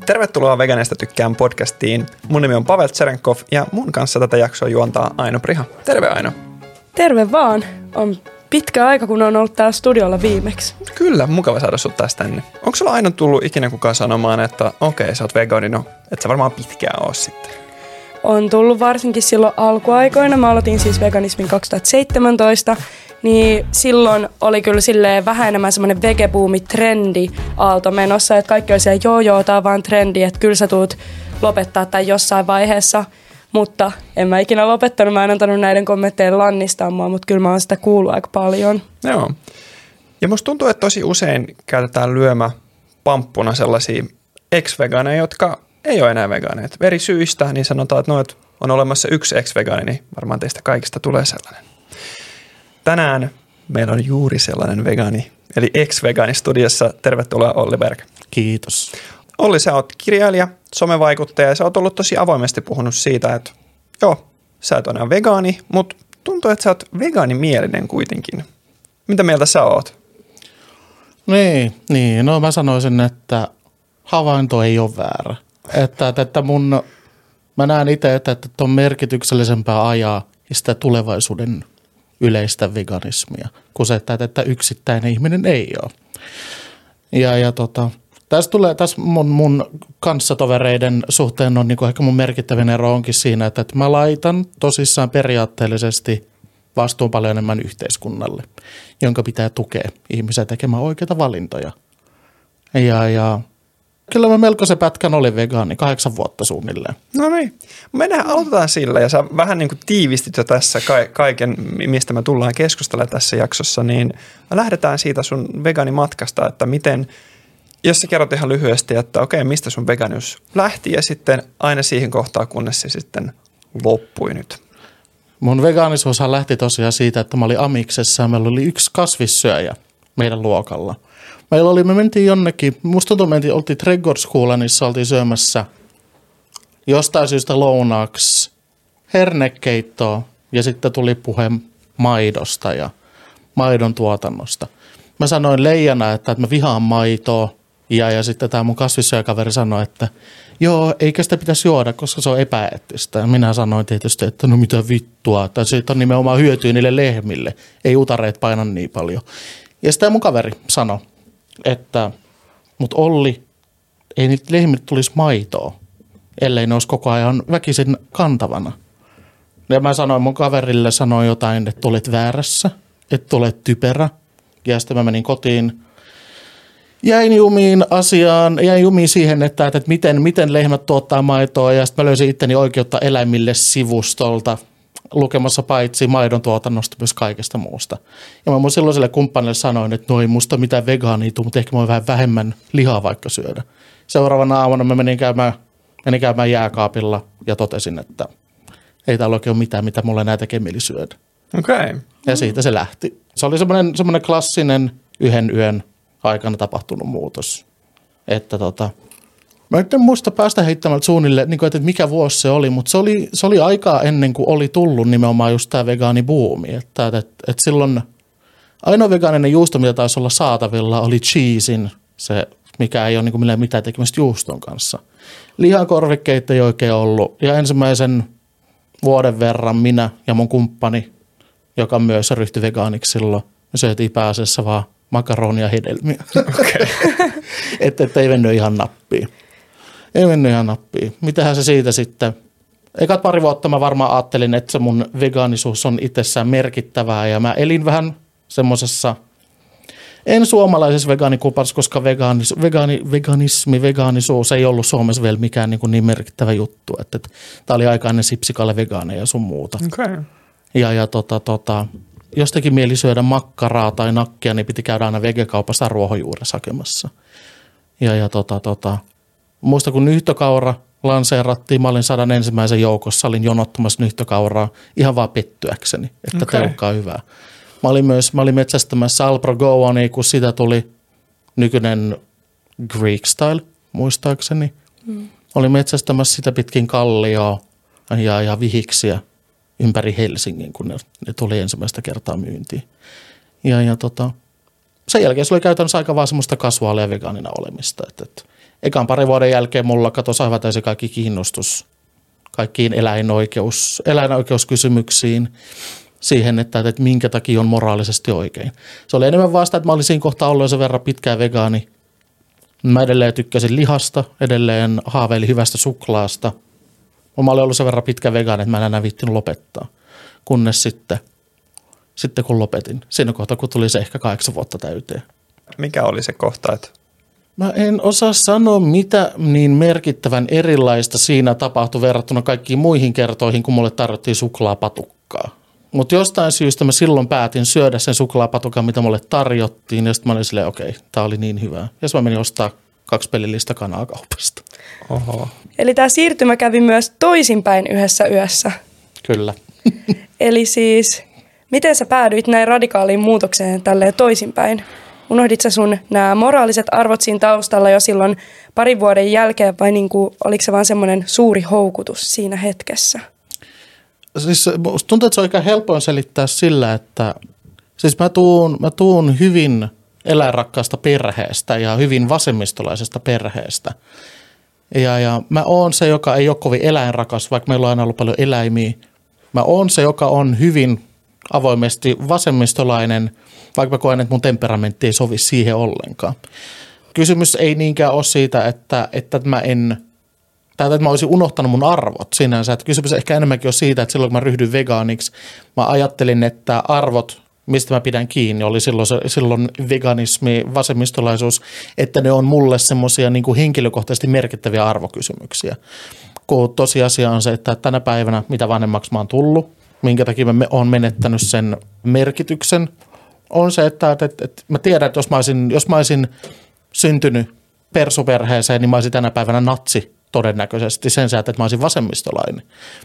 Tervetuloa Veganeista tykkään podcastiin. Mun nimi on Pavel Tserenkov ja mun kanssa tätä jaksoa juontaa Aino Priha. Terve Aino. Terve vaan. On pitkä aika, kun on ollut täällä studiolla viimeksi. Kyllä, mukava saada sut tästä tänne. Onko sulla Aino tullut ikinä kukaan sanomaan, että okei, sä oot vegaani, no et sä varmaan pitkään oo sitten? On tullut varsinkin silloin alkuaikoina. Mä aloitin siis veganismin 2017. Niin silloin oli kyllä silleen vähän enemmän semmoinen vegebuumi-trendi aalto menossa, että kaikki oli siellä, joo, tää on vaan trendi, että kyllä sä tuut lopettaa tämän jossain vaiheessa. Mutta en mä ikinä lopettanut, mä en antanut näiden kommenttejen lannistaa mua, mutta kyllä mä oon sitä kuullut aika paljon. Joo. Ja musta tuntuu, että tosi usein käytetään lyömäpamppuna sellaisia ex-vegaaneja, jotka ei ole enää vegaaneja. Eri syistä, niin sanotaan, että on olemassa yksi ex-vegaani, niin varmaan teistä kaikista tulee sellainen. Tänään meillä on juuri sellainen vegaani, eli ex-vegaani studiossa. Tervetuloa Olli Berg. Kiitos. Olli, sä oot kirjailija, somevaikuttaja ja sä oot ollut tosi avoimesti puhunut siitä, että joo, sä et ole enää vegaani, mutta tuntuu, että sä oot vegaanimielinen kuitenkin. Mitä mieltä sä oot? Niin, no mä sanoisin, että havainto ei ole väärä. Mä näen itse, että on merkityksellisempää ajaa sitä tulevaisuuden yleistä veganismia, kuin se, että yksittäinen ihminen ei ole. Tässä mun kanssatovereiden suhteen on niinku ehkä mun merkittävin ero onkin siinä, että mä laitan tosissaan periaatteellisesti vastuun paljon enemmän yhteiskunnalle, jonka pitää tukea ihmisiä tekemään oikeita valintoja. Ja kyllä mä melkoisen pätkän olin vegaani, 8 vuotta suunnilleen. No niin, aloitetaan sillä ja sä vähän niin kuin tiivistit jo tässä kaiken, mistä me tullaan keskustelemaan tässä jaksossa, niin lähdetään siitä sun vegaanimatkasta, että miten, jos sä kerrot ihan lyhyesti, että okei, mistä sun veganius lähti ja sitten aina siihen kohtaan, kunnes se sitten loppui nyt. Mun vegaanisuushan lähti tosiaan siitä, että mä olin amiksessa ja meillä oli yksi kasvissyöjä meidän luokalla. Me mentiin jonnekin, musta tuntuu, oltiin Trädgårdsskolanissa, oltiin syömässä jostain syystä lounaaksi hernekeittoa ja sitten tuli puhe maidosta ja maidon tuotannosta. Mä sanoin leijana, että mä vihaan maitoa ja sitten tämä mun kasvissyöjäkaveri sanoi, että joo, eikä sitä pitäisi juoda, koska se on epäeettistä. Ja minä sanoin tietysti, että no mitä vittua, että siitä on nimenomaan hyötyä niille lehmille, ei utareet paina niin paljon. Ja sitten mun kaveri sanoi, että mut Olli, ei niitä lehmille tulisi maitoa, ellei ne olisi koko ajan väkisin kantavana. Ja mä sanoin mun kaverille, jotain, että olet väärässä, että olet typerä. Ja sitten mä menin kotiin, jäin jumiin siihen, että miten lehmät tuottaa maitoa. Ja sitten mä löysin itteni Oikeutta eläimille -sivustolta lukemassa paitsi maidon tuotannosta myös kaikesta muusta. Ja mä mun silloiselle kumppanille sanoin, että no ei musta mitään vegaania tule, mutta ehkä mä voin vähän vähemmän lihaa vaikka syödä. Seuraavana aamuna mä menin käymään jääkaapilla ja totesin, että ei täällä oikein ole mitään, mitä mulle enää tekee mieli syödä. Okay. Ja siitä se lähti. Se oli semmoinen klassinen yhden yön aikana tapahtunut muutos. Että mä nyt en muista päästä heittämältä suunnilleen, että mikä vuosi se oli, mutta se oli aikaa ennen kuin oli tullut nimenomaan just tämä vegaanibuumi. Että silloin ainoa vegaaninen juusto, mitä taisi olla saatavilla, oli cheesin, se mikä ei ole niin kuin mitään tekemistä juuston kanssa. Lihakorvikkeita ei oikein ollut ja ensimmäisen vuoden verran minä ja mun kumppani, joka myös ryhtyi vegaaniksi silloin, me syötiin pääasiassa vaan makaronia ja hedelmiä. Okay. että ei mennyt ihan nappiin. Mitähän se siitä sitten? Ekat pari vuotta mä varmaan ajattelin, että se mun vegaanisuus on itsessään merkittävää ja mä elin vähän semmosessa en suomalaisessa vegaanikupassa, koska vegaanisuus ei ollut Suomessa vielä mikään niin merkittävä juttu. Että tää oli aika ennen Sipsikalle vegaaneja ja sun muuta. Okay. Ja jos teki mieli syödä makkaraa tai nakkia, niin piti käydä aina vegekaupassa ruohonjuuressa hakemassa. Muista kun nyhtökaura lanseerattiin, mä olin 101. joukossa, olin jonottamassa nyhtökauraa ihan vaan pettyäkseni, että telkkaa hyvää. Mä olin metsästämässä Alpro Goani, kun sitä tuli nykyinen Greek Style, muistaakseni. Olin metsästämässä sitä pitkin kallioa ja vihiksiä ympäri Helsingin, kun ne tuli ensimmäistä kertaa myyntiin. Sen jälkeen se oli käytännössä aika vaan semmoista kasuaalia vegaanina olemista. ekan parin vuoden jälkeen mulla katosi aivan täysin kaikki kiinnostus kaikkiin eläinoikeuskysymyksiin siihen, että minkä takia on moraalisesti oikein. Se oli enemmän vasta, että mä olin siinä kohtaa ollut jo sen verran pitkään vegaani. Mä edelleen tykkäsin lihasta, edelleen haaveilin hyvästä suklaasta. Mä olin ollut sen verran pitkä vegaani, että mä en enää viittinyt lopettaa. Kunnes sitten kun lopetin. Siinä kohtaa, kun tuli se ehkä 8 vuotta täyteen. Mikä oli se kohta, että mä en osaa sanoa, mitä niin merkittävän erilaista siinä tapahtui verrattuna kaikkiin muihin kertoihin, kun mulle tarjottiin suklaapatukkaa. Mutta jostain syystä mä silloin päätin syödä sen suklaapatukan, mitä mulle tarjottiin. Ja sitten mä olin silleen, okei, tää oli niin hyvää. Ja sitten mä menin ostaa 2 pelillistä kanaa kaupasta. Oho. Eli tämä siirtymä kävi myös toisinpäin yhdessä yössä. Kyllä. Eli siis, miten sä päädyit näin radikaaliin muutokseen tälleen toisinpäin? Unohdit sä sun nämä moraaliset arvot siinä taustalla jo silloin parin vuoden jälkeen vai oliko se vaan semmoinen suuri houkutus siinä hetkessä? Siis musta tuntuu, että se on aika helpoin selittää sillä, että siis mä tuun hyvin eläinrakkaasta perheestä ja hyvin vasemmistolaisesta perheestä. Ja mä oon se, joka ei ole kovin eläinrakas, vaikka meillä on aina ollut paljon eläimiä. Mä oon se, joka on hyvin avoimesti vasemmistolainen, vaikka mä koen, että mun temperamentti ei sovi siihen ollenkaan. Kysymys ei niinkään ole siitä, että mä olisin unohtanut mun arvot sinänsä. Että kysymys ehkä enemmänkin on siitä, että silloin kun mä ryhdyin vegaaniksi, mä ajattelin, että arvot, mistä mä pidän kiinni, oli silloin veganismi, vasemmistolaisuus, että ne on mulle semmoisia niin kuin henkilökohtaisesti merkittäviä arvokysymyksiä. Kun tosiasia on se, että tänä päivänä, mitä vanhemmaksi mä oon tullut, minkä takia mä oon menettänyt sen merkityksen, on se, että mä tiedän, että jos mä olisin syntynyt persuperheeseen, niin mä olisin tänä päivänä natsi todennäköisesti sen sijaan, että mä olisin vasemmistolainen.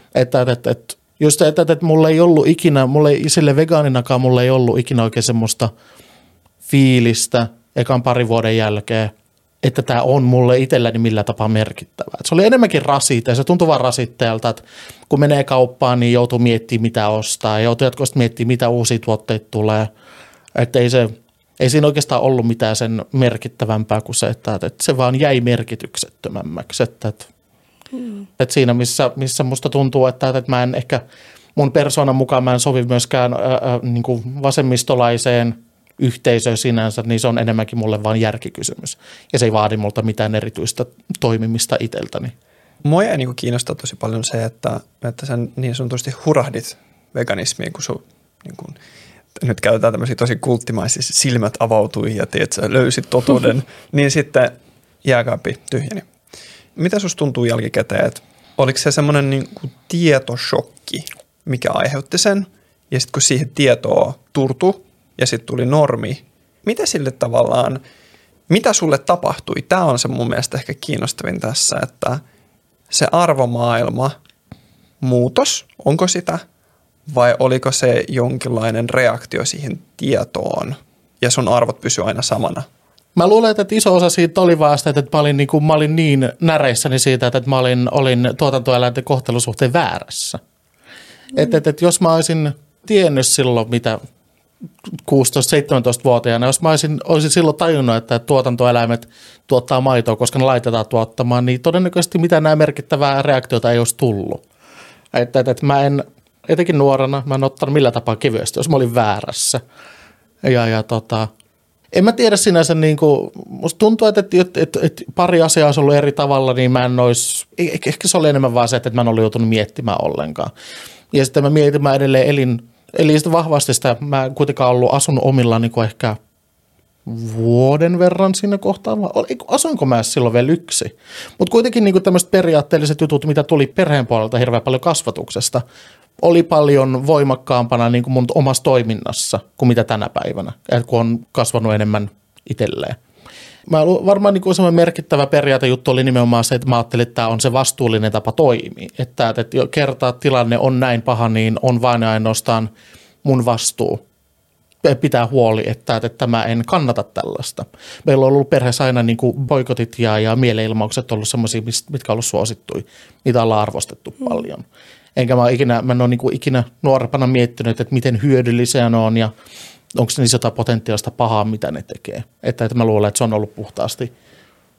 Että mulla ei ollut ikinä, sille vegaaninakaan mulla ei ollut ikinä oikein semmoista fiilistä ekan parin vuoden jälkeen, että tämä on mulle itselläni millä tapaa merkittävää. Se oli enemmänkin rasite ja se tuntui vaan rasitteelta, että kun menee kauppaan, niin joutuu miettimään mitä ostaa ja joutuu jatkuvasti miettimään mitä uusia tuotteita tulee. Että ei siinä oikeastaan ollut mitään sen merkittävämpää kuin se, että se vaan jäi merkityksettömämmäksi. Että siinä, missä musta tuntuu, että mä en ehkä mun persoonan mukaan mä en sovi myöskään niin kuin vasemmistolaiseen yhteisöön sinänsä, niin se on enemmänkin mulle vaan järkikysymys. Ja se ei vaadi multa mitään erityistä toimimista itseltäni. Mua jäi niin kiinnostaa tosi paljon se, että sä niin sanotusti hurahdit veganismiin, kun sun niin kuin, nyt käytetään tämmöisiä tosi kulttimaisia, silmät avautui ja tiedät, sä löysit totuuden, niin sitten jääkaappi tyhjeni. Mitä susta tuntuu jälkikäteen, että oliko se semmoinen niin kuin tietoshokki, mikä aiheutti sen, ja sitten kun siihen tietoa turtui ja sitten tuli normi, mitä sille tavallaan, mitä sulle tapahtui? Tämä on se mun mielestä ehkä kiinnostavin tässä, että se arvomaailma muutos, onko sitä? Vai oliko se jonkinlainen reaktio siihen tietoon ja sun arvot pysy aina samana? Mä luulen, että iso osa siitä oli vaan sitä, että mä olin niin näreissäni siitä, että mä olin tuotantoeläinten kohtelusuhteen väärässä. Että jos mä olisin tiennyt silloin, mitä 16-17-vuotiaana, jos mä olisin silloin tajunnut, että tuotantoeläimet tuottaa maitoa, koska ne laitetaan tuottamaan, niin todennäköisesti mitään nämä merkittävää reaktiota ei olisi tullut. Että mä en, etenkin nuorena, mä en ottanut millä tapaa kevyesti, jos mä olin väärässä. En mä tiedä sinänsä, niin kuin, musta tuntuu, että pari asiaa olisi ollut eri tavalla, niin mä en olisi, ehkä se oli enemmän vaan se, että mä en ollut joutunut miettimään ollenkaan. Ja sitten mä edelleen elin sitä vahvasti sitä, mä en kuitenkaan asunut omilla niin kuin ehkä vuoden verran siinä kohtaa. Asuinko mä silloin vielä yksin? Mutta kuitenkin niin kuin tämmöiset periaatteelliset jutut, mitä tuli perheen puolelta hirveän paljon kasvatuksesta, oli paljon voimakkaampana niin kuin mun omassa toiminnassa kuin mitä tänä päivänä, kun on kasvanut enemmän itselleen. Varmaan niin kuin semmoinen merkittävä periaatejuttu oli nimenomaan se, että mä ajattelin, että tämä on se vastuullinen tapa toimia. Että kertaa tilanne on näin paha, niin on vain ja ainoastaan mun vastuu pitää huoli, että mä en kannata tällaista. Meillä on ollut perheessä aina niin kuin boikotit ja mielenilmaukset ollut semmoisia, mitkä on ollut suosittuja. Niitä ollaan arvostettu paljon. Enkä mä en ole niin kuin ikinä nuorempana miettinyt, että miten hyödyllisiä ne on ja onko niissä jotain potentiaalista pahaa, mitä ne tekee. Että mä luulen, että se on ollut puhtaasti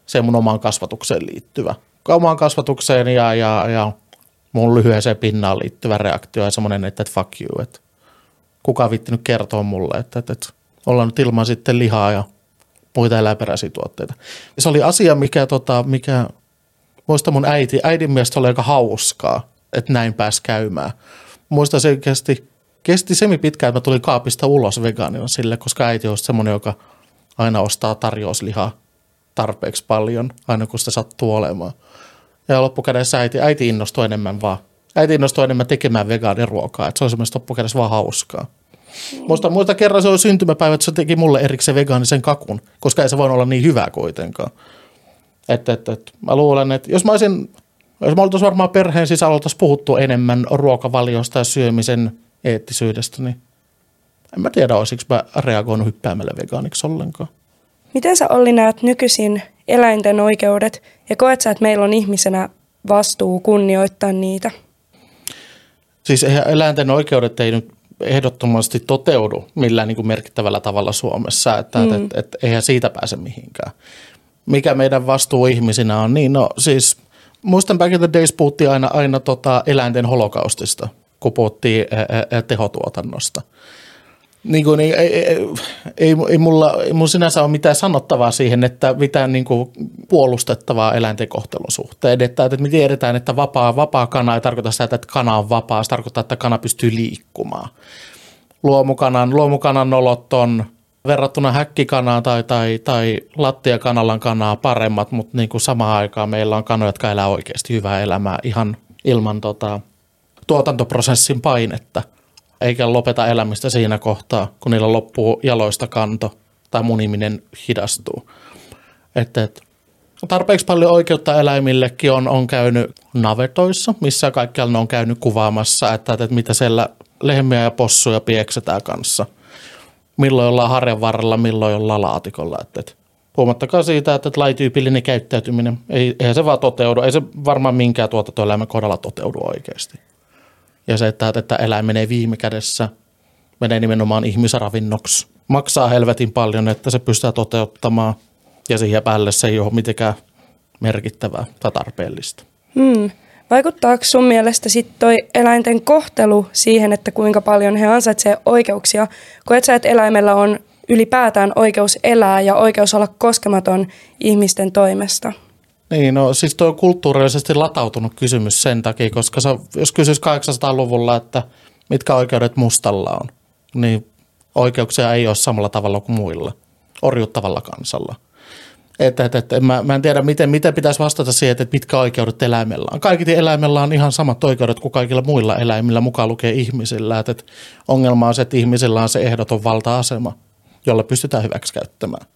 se mun omaan kasvatukseen liittyvä. Omaan kasvatukseen ja mun lyhyeseen pinnaan liittyvä reaktio ja semmoinen, että fuck you, että kuka viittinyt kertoa mulle, että ollaan nyt ilman sitten lihaa ja muita eläinperäisiä tuotteita. Ja se oli asia, mikä muista mun äidin mielestä oli aika hauskaa, että näin pääsi käymään. Muista se kesti semi-pitkään, että mä tulin kaapista ulos vegaanina sille, koska äiti on semmoinen, joka aina ostaa tarjouslihaa tarpeeksi paljon, aina kun sitä sattuu olemaan. Ja loppukädessä äiti innostui enemmän vaan. Äiti innostui enemmän tekemään vegaaniruokaa, että se on semmoista loppukädessä vaan hauskaa. Muista kerran se oli syntymäpäivä, että se teki mulle erikseen vegaanisen kakun, koska ei se voi olla niin hyvä kuitenkaan. Mä luulen, että jos me oltaisiin varmaan perheen sisällä oltaisiin puhuttu enemmän ruokavaliosta ja syömisen eettisyydestä, niin en mä tiedä, olisiko mä reagoinut hyppäämällä vegaaniksi ollenkaan. Miten sä, Olli, näet nykyisin eläinten oikeudet ja koet sä, että meillä on ihmisenä vastuu kunnioittaa niitä? Siis eläinten oikeudet ei nyt ehdottomasti toteudu millään niin kuin merkittävällä tavalla Suomessa, että eihän siitä pääse mihinkään. Mikä meidän vastuu ihmisinä on, niin no siis muistan back in the days puhuttiin aina eläinten holokaustista, kun puhuttiin tehotuotannosta. Ei mulla sinänsä ole mitään sanottavaa siihen, että mitään niin kuin puolustettavaa eläinten kohtelun suhteen. Että me tiedetään, että vapaa kana ei tarkoita sitä, että kana on vapaa, se tarkoittaa, että kana pystyy liikkumaan. Luomukanan nolot on verrattuna häkkikanaan tai lattiakanalan kanaa paremmat, mutta niin kuin samaan aikaan meillä on kanoja, jotka elää oikeasti hyvää elämää ihan ilman tuotantoprosessin painetta. Eikä lopeta elämistä siinä kohtaa, kun niillä loppuu jaloista kanto tai muniminen hidastuu. Tarpeeksi paljon oikeutta eläimillekin on käynyt navetoissa, missä kaikkialla ne on käynyt kuvaamassa, että mitä siellä lehmiä ja possuja pieksetään kanssa. Milloin ollaan harjan varrella, milloin ollaan laatikolla. Puhumattakaan siitä, että lajityypillinen käyttäytyminen, eihän se vaan toteudu, ei se varmaan minkään tuotantoeläimen kohdalla toteudu oikeasti. Ja se, että eläin menee viime kädessä, menee nimenomaan ihmisravinnoksi. Maksaa helvetin paljon, että se pystyy toteuttamaan ja siihen päälle se ei ole mitenkään merkittävää tai tarpeellista. Vaikuttaako sun mielestä sitten toi eläinten kohtelu siihen, että kuinka paljon he ansaitsevat oikeuksia? Koet sä, että eläimellä on ylipäätään oikeus elää ja oikeus olla koskematon ihmisten toimesta? Niin, no siis tuo on kulttuurillisesti latautunut kysymys sen takia, koska jos kysyisi 800-luvulla, että mitkä oikeudet mustalla on, niin oikeuksia ei ole samalla tavalla kuin muilla, orjuttavalla kansalla. Mä en tiedä, miten pitäisi vastata siihen, että mitkä oikeudet eläimellä on. Kaikilla eläimellä on ihan samat oikeudet kuin kaikilla muilla eläimillä, mukaan lukee ihmisillä. Ongelma on se, että ihmisillä on se ehdoton valta-asema, jolla pystytään hyväksikäyttämään.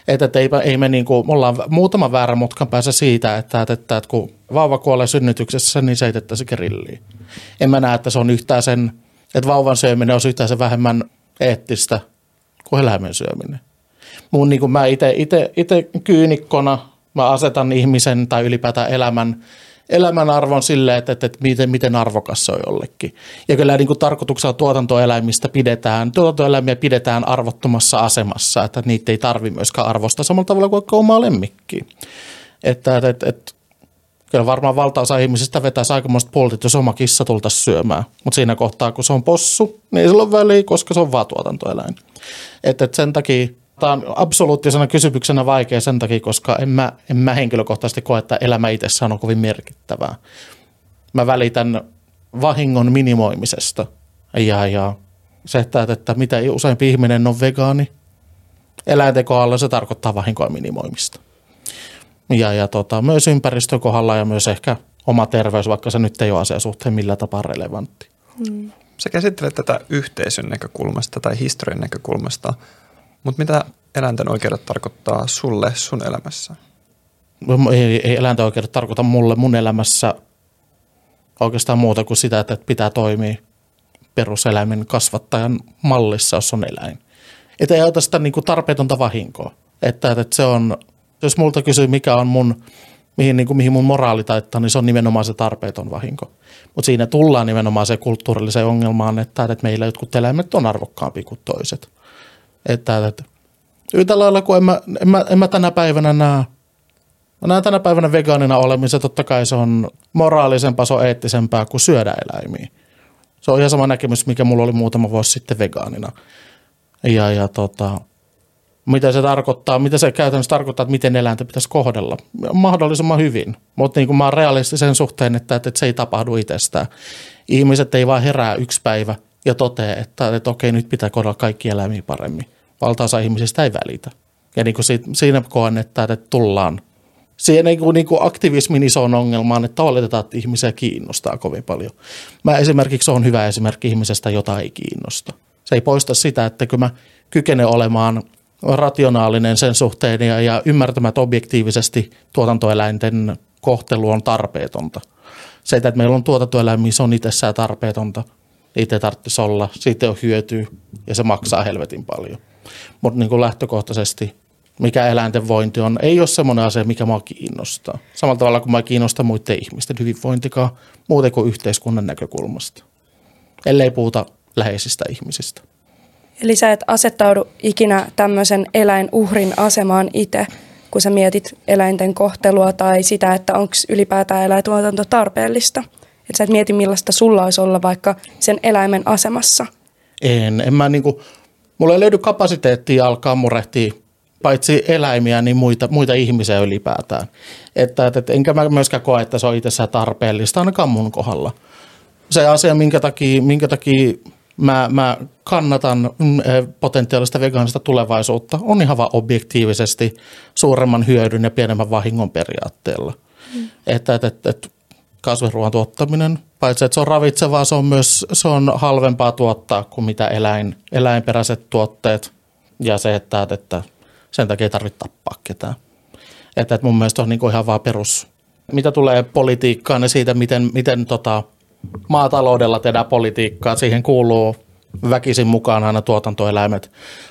Me ollaan muutama väärä mutkan päässä siitä, että kun vauva kuolee synnytyksessä, niin se eitettäisiin grilliin. En mä näe, että se on että vauvan syöminen on yhtään sen vähemmän eettistä kuin eläimen syöminen. Mä itse kyynikkona mä asetan ihmisen tai ylipäätään elämän arvon silleen, että miten arvokas se on jollekin. Ja kyllä tarkoituksella tuotantoeläimiä pidetään arvottomassa asemassa, että niitä ei tarvitse myöskään arvostaa samalla tavalla kuin omaa lemmikkiä. Kyllä varmaan valtaosa ihmisistä vetäisi aikamoista poltit, jos oma kissa tultaisiin syömään. Mutta siinä kohtaa, kun se on possu, niin ei sillä ole väliä, koska se on vaan tuotantoeläin. Sen takia tämä on absoluuttisena kysymyksenä vaikea sen takia, koska en mä henkilökohtaisesti koe, että elämä itsessään on kovin merkittävää. Mä välitän vahingon minimoimisesta ja se, että mitä useampi ihminen on vegaani, eläinten kohdalla se tarkoittaa vahinkoa minimoimista. Myös ympäristön kohdalla ja myös ehkä oma terveys, vaikka se nyt ei ole asian suhteen millä tapaa relevantti. Sä käsittelet tätä yhteisön näkökulmasta tai historian näkökulmasta, mutta mitä eläinten oikeudet tarkoittaa sulle sun elämässä? Ei eläinten oikeudet tarkoita mulle mun elämässä oikeastaan muuta kuin sitä, että pitää toimia peruseläimen kasvattajan mallissa, jos on eläin. Että ei ota sitä niin kuin tarpeetonta vahinkoa. Että se on, jos multa kysyy mikä on mihin mun moraali taittaa, niin se on nimenomaan se tarpeeton vahinko. Mutta siinä tullaan nimenomaan se kulttuurilliseen ongelmaan, että meillä jotkut eläimet on arvokkaampia kuin toiset. Että yhtä lailla kuin en mä tänä päivänä näe Mä näen tänä päivänä vegaanina olemisen, totta kai se on moraalisempaa, se on eettisempää kuin syödä eläimiä. Se on ihan sama näkemys, mikä mulla oli muutama vuosi sitten vegaanina. Mitä se tarkoittaa, mitä se käytännössä tarkoittaa, että miten eläintä pitäisi kohdella? Mahdollisimman hyvin, mutta niin kuin mä oon realisti sen suhteen, että se ei tapahdu itsestään. Ihmiset ei vaan herää yksi päivä ja toteaa, että okei, nyt pitää kohdella kaikki eläimiä paremmin. Valtaosa ihmisistä ei välitä. Ja niin kuin siinä koen, että tullaan. Siihen niin kuin aktivismin isoon ongelmaan, että oletetaan, että ihmisiä kiinnostaa kovin paljon. Mä esimerkiksi on hyvä esimerkki ihmisestä, jota ei kiinnosta. Se ei poista sitä, että kun mä kykenen olemaan rationaalinen sen suhteen ja ymmärtämään, että objektiivisesti tuotantoeläinten kohtelu on tarpeetonta. Se, että meillä on tuotantoeläimiä, se on itsessään tarpeetonta. Niitä ei tarvitsisi olla, siitä on hyötyä ja se maksaa helvetin paljon. Mutta niin kuin lähtökohtaisesti, mikä eläinten vointi on, ei ole semmoinen asia, mikä mua kiinnostaa. Samalla tavalla kuin mä kiinnostaa muiden ihmisten hyvinvointikaan, muuten kuin yhteiskunnan näkökulmasta. Ellei puhuta läheisistä ihmisistä. Eli sä et asettaudu ikinä tämmöisen eläinuhrin asemaan itse, kun sä mietit eläinten kohtelua tai sitä, että onko ylipäätään eläintuotanto tarpeellista. Että sä et mieti, millaista sulla olisi olla vaikka sen eläimen asemassa. En mä niinku, mulla ei löydy kapasiteettia alkaa murehtia paitsi eläimiä, niin muita ihmisiä ylipäätään. Että enkä mä myöskään koe, että se on itsessään tarpeellista, ainakaan mun kohdalla. Se asia, minkä takia mä kannatan potentiaalista vegaanista tulevaisuutta, on ihan vaan objektiivisesti suuremman hyödyn ja pienemmän vahingon periaatteella. Että kasviruoan tuottaminen, paitsi että se on ravitsevaa, se on halvempaa tuottaa kuin mitä eläinperäiset tuotteet ja se, että sen takia ei tarvitse tappaa ketään. Että mun mielestä on niinku ihan vaan perus. Mitä tulee politiikkaan ja siitä, miten maataloudella tehdään politiikkaa, siihen kuuluu väkisin mukaan aina tuotantoeläimet.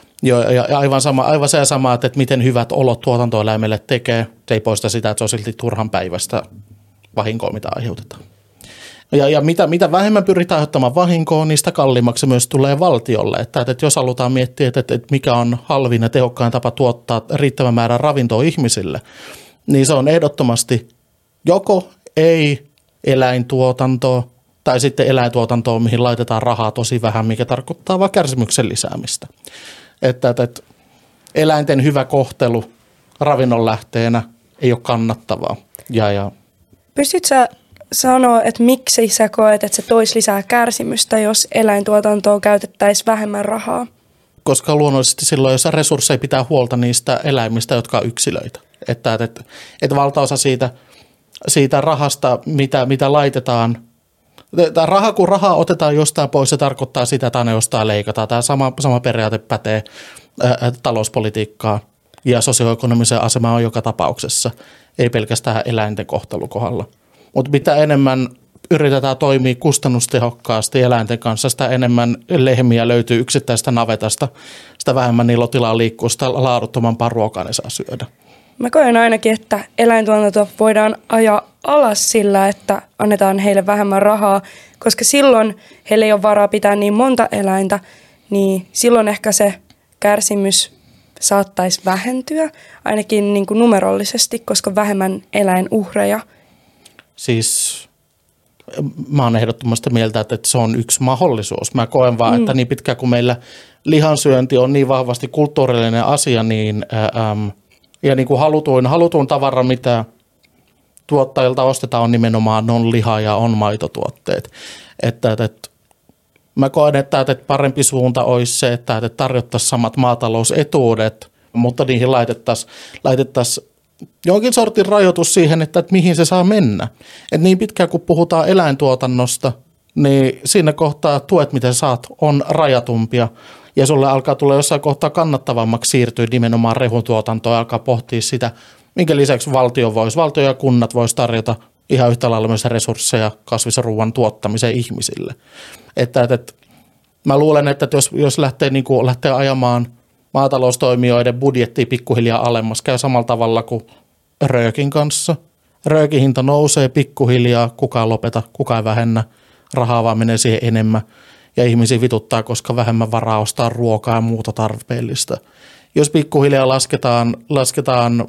Ja aivan se sama, että miten hyvät olot tuotantoeläimelle tekee, se ei poista sitä, että se on silti turhan päivästä vahinkoa, mitä aiheutetaan. Ja mitä vähemmän pyritään aiheuttamaan vahinkoa, niin sitä kalliimmaksi myös tulee valtiolle. Että jos halutaan miettiä, että mikä on halvin ja tehokkain tapa tuottaa riittävän määrän ravintoa ihmisille, niin se on ehdottomasti joko ei eläintuotantoa tai sitten eläintuotantoa, mihin laitetaan rahaa tosi vähän, mikä tarkoittaa vain kärsimyksen lisäämistä. Että eläinten hyvä kohtelu ravinnon lähteenä ei ole kannattavaa. Pystytkö sä sanoa, että miksi sä koet, että se toisi lisää kärsimystä, jos eläintuotantoon käytettäisiin vähemmän rahaa? Koska luonnollisesti silloin, jos resursseja pitää huolta niistä eläimistä, jotka on yksilöitä. Että valtaosa siitä rahasta, mitä laitetaan, kun rahaa otetaan jostain pois, se tarkoittaa sitä, että aina jostain leikataan. Tämä sama periaate pätee talouspolitiikkaan ja sosioekonomiseen asemaan on joka tapauksessa, ei pelkästään eläinten kohtelukohdalla. Mutta mitä enemmän yritetään toimia kustannustehokkaasti eläinten kanssa, sitä enemmän lehmiä löytyy yksittäistä navetasta, sitä vähemmän niillä on tilaa liikkua, sitä laaduttomampaa ruokaa ne saa syödä. Mä koen ainakin, että eläintuotanto voidaan ajaa alas sillä, että annetaan heille vähemmän rahaa, koska silloin heillä ei ole varaa pitää niin monta eläintä, niin silloin ehkä se kärsimys saattaisi vähentyä, ainakin niin kuin numerollisesti, koska vähemmän eläinuhreja. Siis mä oon ehdottomasti mieltä, että se on yksi mahdollisuus. Mä koen vaan, että niin pitkään kuin meillä lihansyönti on niin vahvasti kulttuurillinen asia, niin ja niin kuin halutuin tavara, mitä tuottajilta ostetaan, on nimenomaan on liha ja on maitotuotteet. Että mä koen, että parempi suunta olisi se, että tarjottaisiin samat maatalousetuudet, mutta niihin laitettaisiin jonkin sortin rajoitus siihen, että mihin se saa mennä. Et niin pitkään kun puhutaan eläintuotannosta, niin siinä kohtaa tuet, mitä saat, on rajatumpia. Ja sulle alkaa tulla jossain kohtaa kannattavammaksi siirtyä nimenomaan rehuntuotantoon ja alkaa pohtia sitä, minkä lisäksi valtio ja kunnat vois tarjota ihan yhtä lailla myös resursseja kasvisruuan tuottamiseen ihmisille. Että mä luulen, että jos lähtee ajamaan maataloustoimijoiden budjettia pikkuhiljaa alemmas, käy samalla tavalla kuin röökin kanssa. Röökin hinta nousee pikkuhiljaa, kukaan lopeta, kukaan ei vähennä, rahaa vaan menee siihen enemmän. Ja ihmisiä vituttaa, koska vähemmän varaa ostaa ruokaa ja muuta tarpeellista. Jos pikkuhiljaa lasketaan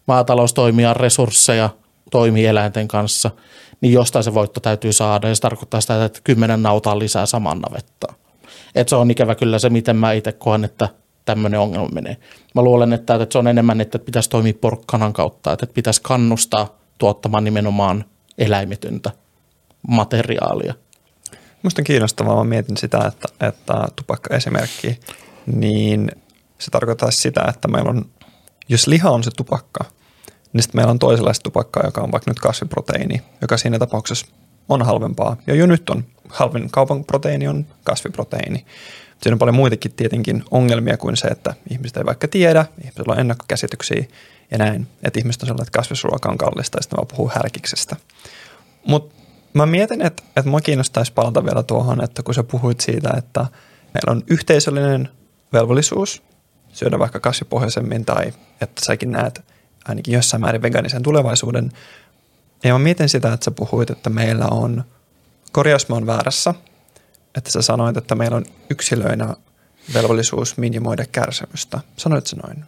maataloustoimia, resursseja toimii eläinten kanssa, niin jostain se voitto täytyy saada ja se tarkoittaa sitä, että 10 nautaa lisää saman navettaan. Et se on ikävä kyllä se, miten mä itse koen, että tämmöinen ongelma menee. Mä luulen, että se on enemmän, että pitäisi toimia porkkanan kautta, että pitäisi kannustaa tuottamaan nimenomaan eläimetöntä materiaalia. Musta on kiinnostavaa, mä mietin sitä, että tupakka-esimerkki, niin se tarkoittaa sitä, että meillä on, jos liha on se tupakka, niin sitten meillä on toisenlaista tupakkaa, joka on vaikka nyt kasviproteiini, joka siinä tapauksessa on halvempaa. Ja jo nyt on halvin kaupan proteiini on kasviproteiini. Siinä on paljon muitakin tietenkin ongelmia kuin se, että ihmiset ei vaikka tiedä, ihmisillä on ennakkokäsityksiä ja näin. Että ihmiset on sellainen, että kasvisruoka on kallista ja sitten mä puhun härkiksestä. Mutta mä mietin, että mua kiinnostaisi palata vielä tuohon, että kun sä puhuit siitä, että meillä on yhteisöllinen velvollisuus syödä vaikka kasvipohjaisemmin tai että säkin näet ainakin jossain määrin vegaanisen tulevaisuuden. Ja mä mietin sitä, että sä puhuit, että meillä on, korjaus mä oon väärässä, että sä sanoit, että meillä on yksilöinä velvollisuus minimoida kärsimystä. Sanoit sä noin?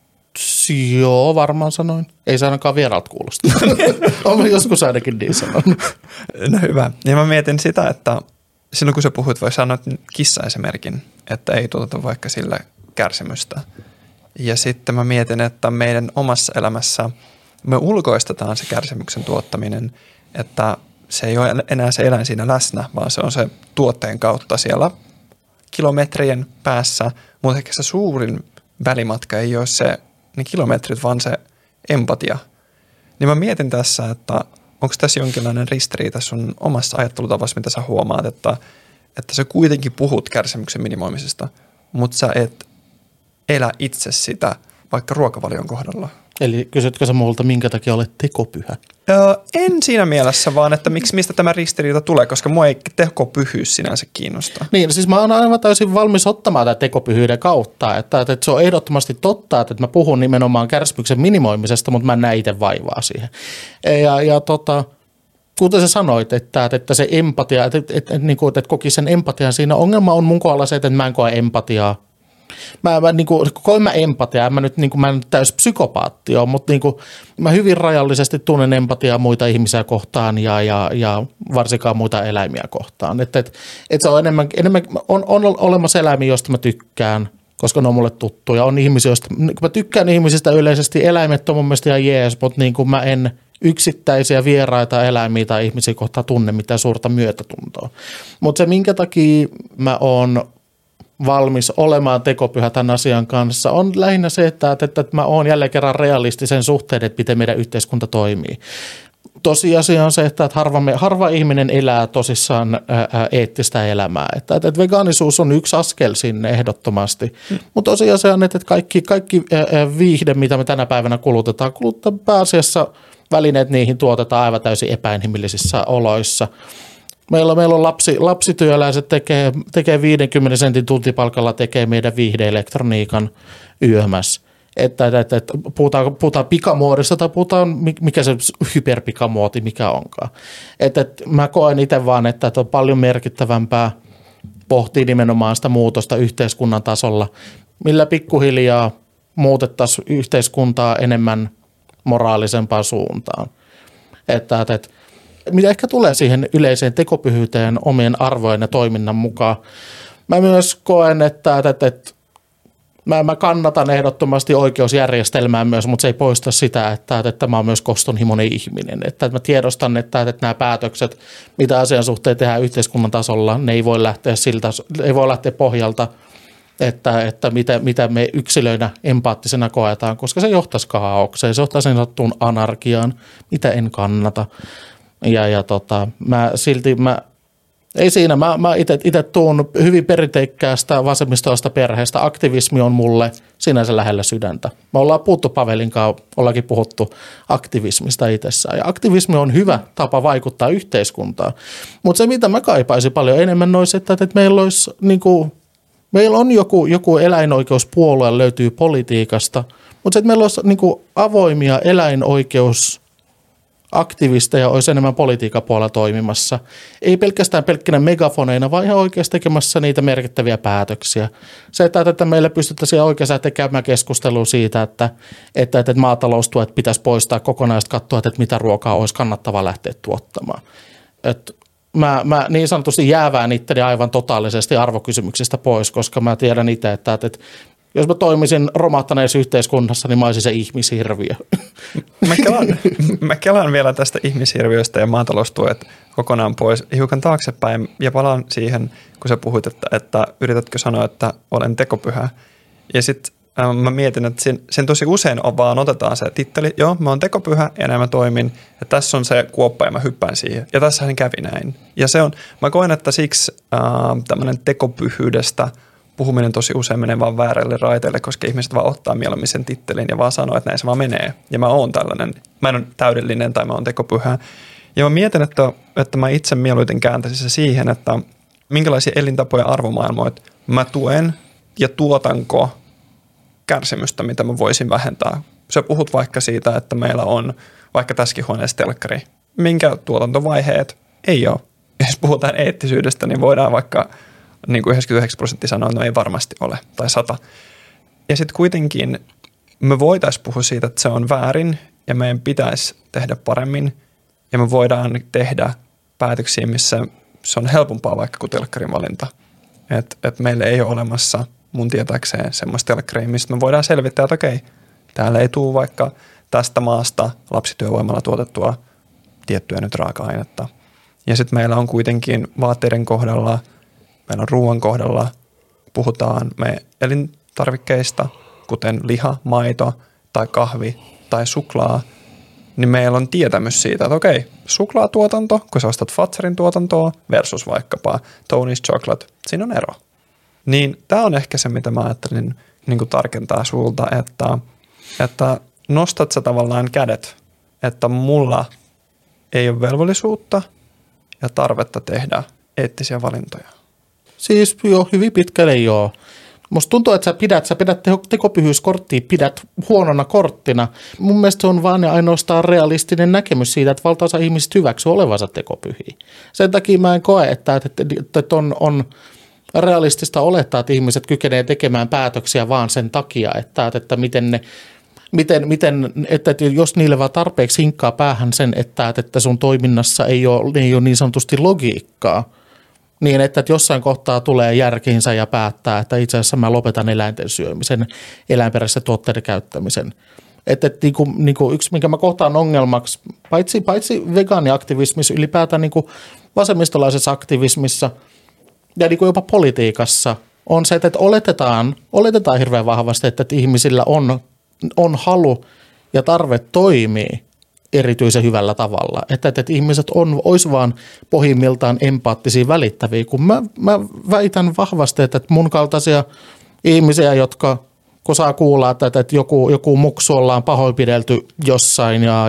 Joo, varmaan sanoin. Ei se ainakaan vieraalta kuulosta. Olen joskus ainakin niin sanonut. No hyvä. Ja mä mietin sitä, että silloin kun sä puhuit, voi sanoa kissa-esimerkin, että ei tuoteta vaikka sillä kärsimystä. Ja sitten mä mietin, että meidän omassa elämässä me ulkoistetaan se kärsimyksen tuottaminen, että se ei ole enää se eläin siinä läsnä, vaan se on se tuotteen kautta siellä kilometrien päässä, mutta ehkä se suurin välimatka ei ole se ne kilometrit, vaan se empatia. Niin mä mietin tässä, että onko tässä jonkinlainen ristiriita sun omassa ajattelutavassa, mitä sä huomaat, että sä kuitenkin puhut kärsimyksen minimoimisesta, mutta sä et elä itse sitä vaikka ruokavalion kohdalla. Eli kysytkö sä multa, minkä takia olet tekopyhä? En siinä mielessä, vaan että mistä tämä ristiriita tulee, koska mua ei tekopyhyys sinänsä kiinnosta. Niin, siis mä oon aivan täysin valmis ottamaan tämän tekopyhyyden kautta, että se on ehdottomasti totta, että mä puhun nimenomaan kärsimyksen minimoimisesta, mutta mä en näe itse vaivaa siihen. Kuten sä sanoit, että se empatia, että koki sen empatian, siinä ongelma on mun kohdalla se, että mä en koe empatiaa. Koen mä empatiaa, mä en täys psykopaatti ole, mutta mä hyvin rajallisesti tunnen empatiaa muita ihmisiä kohtaan ja varsinkaan muita eläimiä kohtaan. Että se on enemmän on olemassa eläimiä, joista mä tykkään, koska ne on mulle tuttuja. On ihmisiä, joista mä tykkään ihmisistä yleisesti, eläimet on mun mielestä ihan jees, mutta mä en yksittäisiä vieraita eläimiä tai ihmisiä kohtaan tunne mitään suurta myötätuntoa. Mutta se minkä takia mä oon valmis olemaan tekopyhä tämän asian kanssa, on lähinnä se, että mä oon jälleen kerran realistisen suhteen, että miten meidän yhteiskunta toimii. Tosiasia on se, että harva ihminen elää tosissaan eettistä elämää. Että vegaanisuus on yksi askel sinne ehdottomasti. Mutta tosiasia on, että kaikki viihde, mitä me tänä päivänä kulutetaan pääasiassa välineet niihin tuotetaan aivan täysin epäinhimillisissä oloissa. Meillä on lapsityöläiset tekee 50 sentin tuntipalkalla tekee meidän viihdeelektroniikan yömässä. Että puhutaan pikamuodista tai puhutaan mikä se hyperpikamuoti mikä onkaan. Että mä koen itse vaan, että on paljon merkittävämpää pohtia nimenomaan sitä muutosta yhteiskunnan tasolla, millä pikkuhiljaa muutettaisiin yhteiskuntaa enemmän moraalisempaan suuntaan. Että mitä ehkä tulee siihen yleiseen tekopyhyyteen omien arvojen ja toiminnan mukaan. Mä myös koen, että mä kannatan ehdottomasti oikeusjärjestelmää myös, mutta se ei poista sitä, että mä oon myös kostonhimoinen ihminen. Että mä tiedostan, että nämä päätökset, mitä asian suhteen tehdään yhteiskunnan tasolla, ne ei voi lähteä pohjalta, että mitä me yksilöinä empaattisena koetaan, koska se johtaisi kaaukseen, se johtaisi niin sanottuun anarkiaan, mitä en kannata. Mä itse tuun hyvin perinteikkäästä vasemmistoista perheestä. Aktivismi on mulle sinänsä lähellä sydäntä. Me ollaan puhuttu Pavelin kanssa, ollaankin puhuttu aktivismista itsessään. Ja aktivismi on hyvä tapa vaikuttaa yhteiskuntaan. Mutta se, mitä mä kaipaisin paljon enemmän, olisi, että meillä olisi meillä on joku eläinoikeuspuolue löytyy politiikasta, mutta se, että meillä olisi avoimia eläinoikeus aktivisteja olisi enemmän politiikan puolella toimimassa. Ei pelkästään pelkkinä megafoneina, vaan ihan oikeasti tekemässä niitä merkittäviä päätöksiä. Se, että meillä pystyttäisiin oikeastaan tekemään keskustelua siitä, että maataloustuet pitäisi poistaa kokonaan ja katsoa, että mitä ruokaa olisi kannattavaa lähteä tuottamaan. Mä niin sanotusti jäävään itteni aivan totaalisesti arvokysymyksistä pois, koska mä tiedän itse, että jos mä toimisin romahtaneessa yhteiskunnassa, niin mä olisin se ihmishirviö. Mä kelaan vielä tästä ihmishirviöstä ja maataloustuet kokonaan pois hiukan taaksepäin ja palaan siihen, kun sä puhuit, että yritätkö sanoa, että olen tekopyhä. Ja sitten mä mietin, että sen tosi usein vaan otetaan se titteli, joo, mä oon tekopyhä ja näin mä toimin ja tässä on se kuoppa ja mä hyppään siihen. Ja tässähän kävi näin. Ja se on, mä koen, että siksi tämmöinen tekopyhyydestä puhuminen tosi usein menee vaan väärälle raiteelle, koska ihmiset vaan ottaa mieluummin sen tittelin ja vaan sanoo, että näin se vaan menee. Ja mä oon tällainen, mä en ole täydellinen tai mä oon tekopyhä. Ja mä mietin, että mä itse mieluiten kääntäisin se siihen, että minkälaisia elintapoja arvomaailmoja mä tuen ja tuotanko kärsimystä, mitä mä voisin vähentää. Sä puhut vaikka siitä, että meillä on vaikka tässäkin huoneessa telkkari, minkä tuotantovaiheet ei ole. Jos puhutaan eettisyydestä, niin voidaan vaikka niin kuin 99% sanoa, että no ei varmasti ole, tai 100. Ja sitten kuitenkin me voitaisiin puhua siitä, että se on väärin, ja meidän pitäisi tehdä paremmin, ja me voidaan tehdä päätöksiä, missä se on helpompaa vaikka kuin telkkarin valinta. Että meillä ei ole olemassa mun tietääkseen semmoista telkkaria, mistä me voidaan selvittää, että okei, täällä ei tule vaikka tästä maasta lapsityövoimalla tuotettua tiettyä nyt raaka-ainetta. Ja sitten meillä on kuitenkin vaatteiden kohdalla, meillä on ruoan kohdalla, puhutaan me elintarvikkeista, kuten liha, maito tai kahvi tai suklaa, niin meillä on tietämys siitä, että okei, suklaatuotanto, kun sä ostat Fazerin tuotantoa versus vaikkapa Tony's Chocolate, siinä on ero. Niin tämä on ehkä se, mitä mä ajattelin niin kuin tarkentaa sulta, että nostat sä tavallaan kädet, että mulla ei ole velvollisuutta ja tarvetta tehdä eettisiä valintoja. Siis joo, hyvin pitkälle joo. Musta tuntuu, että sä pidät tekopyhyyskorttia pidät huonona korttina. Mun mielestä se on vaan ja ainoastaan realistinen näkemys siitä, että valtaosa ihmisistä hyväksyy olevansa tekopyhiä. Sen takia mä en koe, että on realistista olettaa, että ihmiset kykenee tekemään päätöksiä vaan sen takia, että että jos niille vaan tarpeeksi hinkkaa päähän sen, että sun toiminnassa ei ole niin sanotusti logiikkaa, niin että jossain kohtaa tulee järkiinsä ja päättää, että itse asiassa mä lopetan eläinten syömisen, eläinperäisen tuotteiden käyttämisen. Että niin kuin yksi, minkä mä kohtaan ongelmaksi, paitsi vegaaniaktivismissa, ylipäätään niin kuin vasemmistolaisessa aktivismissa ja niin kuin jopa politiikassa, on se, että oletetaan hirveän vahvasti, että ihmisillä on halu ja tarve toimia erityisen hyvällä tavalla. Että ihmiset olisi vaan pohjimmiltaan empaattisia välittäviä, kun mä väitän vahvasti, että mun kaltaisia ihmisiä, jotka kun saa kuulla, että joku muksu ollaan pahoinpidelty jossain ja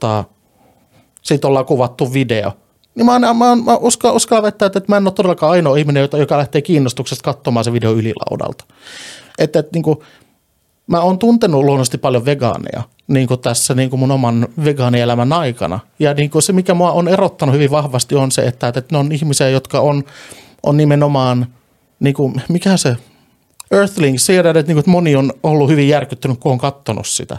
siitä ollaan kuvattu video, niin mä uskallan väittää, että mä en ole todellakaan ainoa ihminen, joka lähtee kiinnostuksesta katsomaan se video ylilaudalta. Että niin kuin, mä oon tuntenut luonnollisesti paljon vegaaneja niin kuin tässä niin kuin mun oman vegaanielämän aikana. Ja niin kuin se, mikä mua on erottanut hyvin vahvasti, on se, että ne on ihmisiä, jotka on nimenomaan, niin kuin, mikä se Earthlings, siedän, että moni on ollut hyvin järkyttynyt, kun on katsonut sitä.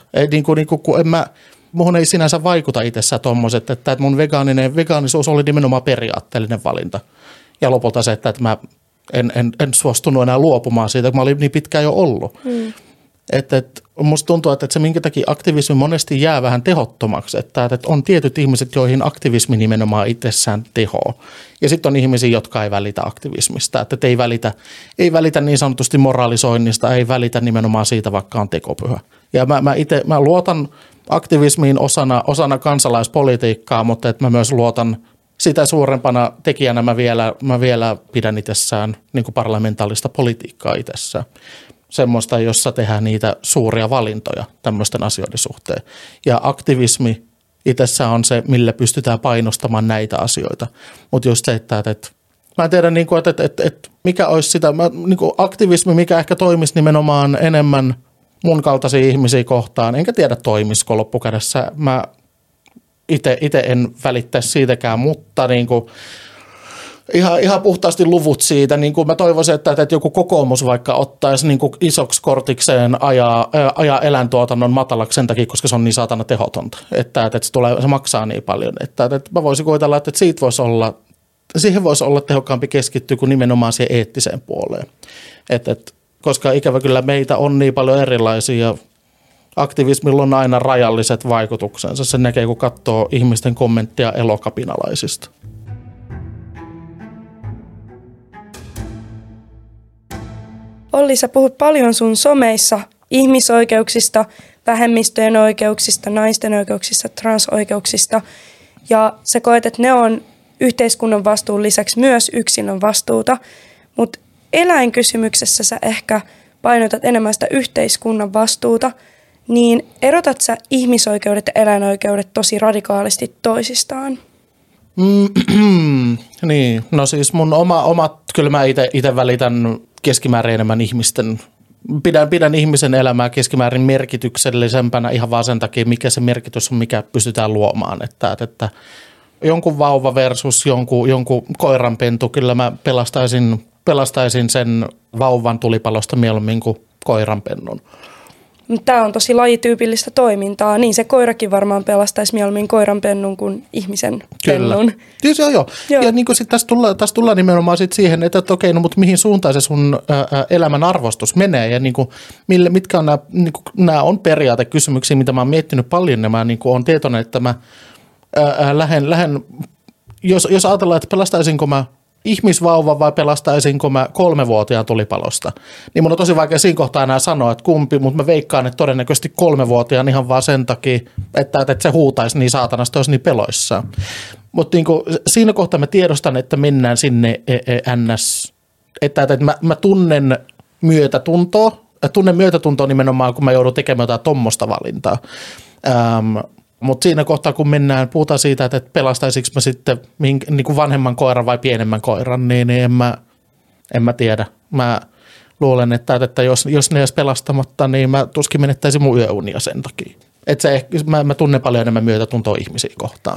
Muhun ei sinänsä vaikuta itsessään tommoset, että mun vegaanisuus oli nimenomaan periaatteellinen valinta. Ja lopulta se, että mä en suostunut enää luopumaan siitä, kun mä olin niin pitkään jo ollut. Että musta tuntuu, että se minkä takia aktivismi monesti jää vähän tehottomaksi, että on tietyt ihmiset, joihin aktivismi nimenomaan itsessään tehoo. Ja sitten on ihmisiä, jotka ei välitä aktivismista, että ei välitä niin sanotusti moralisoinnista, ei välitä nimenomaan siitä, vaikka on tekopyhä. Ja mä luotan aktivismiin osana kansalaispolitiikkaa, mutta että mä myös luotan sitä suurempana tekijänä mä vielä pidän itsessään niin kuin parlamentaarista politiikkaa itsessään. Semmoista, jossa tehdään niitä suuria valintoja tämmöisten asioiden suhteen. Ja aktivismi itsessään on se, millä pystytään painostamaan näitä asioita. Mutta just se, että mä en tiedä, että mikä olisi sitä, aktivismi, mikä ehkä toimisi nimenomaan enemmän mun kaltaisia ihmisiä kohtaan. Enkä tiedä, toimisiko loppukädessä. Mä itse en välittäisi siitäkään, mutta niin kuin ihan puhtaasti luvut siitä. Niin kuin mä toivoisin, että joku kokoomus vaikka ottaisi niin kuin isoksi kortikseen ajaa eläintuotannon matalaksi sen takia, koska se on niin saatana tehotonta. Että se maksaa niin paljon. Että mä voisin kuvitella, että siihen voisi olla tehokkaampi keskittyä kuin nimenomaan siihen eettiseen puoleen. Koska ikävä kyllä meitä on niin paljon erilaisia. Aktivismilla on aina rajalliset vaikutuksensa. Se näkee, kun katsoo ihmisten kommentteja elokapinalaisista. Olli, sä puhut paljon sun someissa ihmisoikeuksista, vähemmistöjen oikeuksista, naisten oikeuksista, transoikeuksista. Ja sä koet, että ne on yhteiskunnan vastuun lisäksi myös yksilön vastuuta. Mutta eläinkysymyksessä sä ehkä painotat enemmän sitä yhteiskunnan vastuuta. Niin erotat sä ihmisoikeudet ja eläinoikeudet tosi radikaalisti toisistaan? Niin, no siis mun omat kyllä mä itse välitän keskimäärin enemmän ihmisten, pidän ihmisen elämää keskimäärin merkityksellisempänä ihan vaan sen takia, mikä se merkitys on, mikä pystytään luomaan. Että jonkun vauva versus jonkun koiranpentu, kyllä mä pelastaisin sen vauvan tulipalosta mieluummin kuin koiranpennun. Tämä on tosi lajityypillistä toimintaa. Niin se koirakin varmaan pelastaisi mieluummin koiranpennun kuin ihmisen pennun. Kyllä. Joo. Ja niin kuin sit tässä tullaan nimenomaan sit siihen, että okei, no mutta mihin suuntaan se sun elämän arvostus menee ja niin kuin, mitkä on nämä on periaatekysymyksiä, mitä mä oon miettinyt paljon ja mä niin kuin oon tietoinen, että mä lähden, jos ajatellaan, että pelastaisinko mä ihmisvauva vai pelastaisinko mä 3-vuotiaan tulipalosta, niin mun on tosi vaikea siinä kohtaa enää sanoa, että kumpi, mutta mä veikkaan, että todennäköisesti 3-vuotiaan ihan vaan sen takia, että se huutaisi niin saatanasti, olisi niin peloissaan. Mutta niin siinä kohtaa mä tiedostan, että mennään sinne NS, että mä tunnen myötätuntoa nimenomaan, kun mä joudun tekemään jotain tommoista valintaa. Mutta siinä kohtaa, kun puhutaan siitä, että pelastaisinko mä sitten niin kuin vanhemman koiran vai pienemmän koiran, niin en mä tiedä. Mä luulen, että jos ne jäisi pelastamatta, niin mä tuskin menettäisin mun yöunia sen takia. Mä tunnen paljon enemmän myötätuntoa ihmisiä kohtaan.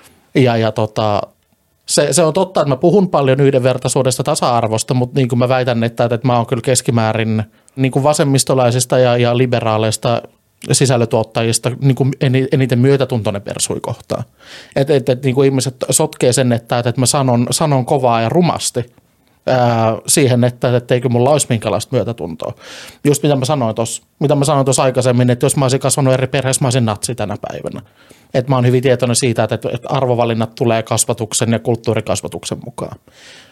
Se on totta, että mä puhun paljon yhdenvertaisuudesta, tasa-arvosta, mutta niin kuin mä väitän, että mä oon kyllä keskimäärin niin kuin vasemmistolaisista ja liberaaleista sisällötuottajista niin kuin eniten myötätuntoinen persui kohtaan. Että niin kuin ihmiset sotkee sen, että mä sanon kovaa ja rumasti siihen, että eikö mulla olisi minkälaista myötätuntoa. Just mitä mä sanoin tuossa aikaisemmin, että jos mä olisin kasvanut eri perheessä, mä olisin natsi tänä päivänä. Että mä oon hyvin tietoinen siitä, että arvovalinnat tulee kasvatuksen ja kulttuurikasvatuksen mukaan.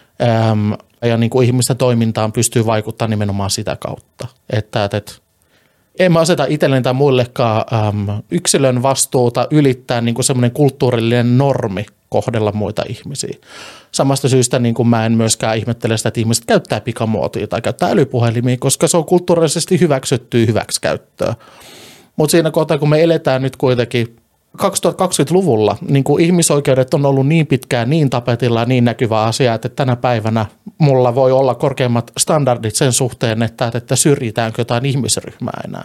Ja niin kuin ihmisten toimintaan pystyy vaikuttamaan nimenomaan sitä kautta. Että en mä aseta itselleni tai muillekaan yksilön vastuuta ylittää niin kuin semmoinen kulttuurillinen normi kohdella muita ihmisiä. Samasta syystä niin kuin mä en myöskään ihmettele sitä, että ihmiset käyttää pikamuotia tai käyttää älypuhelimia, koska se on kulttuurisesti hyväksyttyä hyväksikäyttöä. Mutta siinä kohtaa, kun me eletään nyt kuitenkin 2020-luvulla, niin kuin ihmisoikeudet on ollut niin pitkään, niin tapetilla ja niin näkyvä asia, että tänä päivänä mulla voi olla korkeammat standardit sen suhteen, että syrjitäänkö jotain ihmisryhmää enää.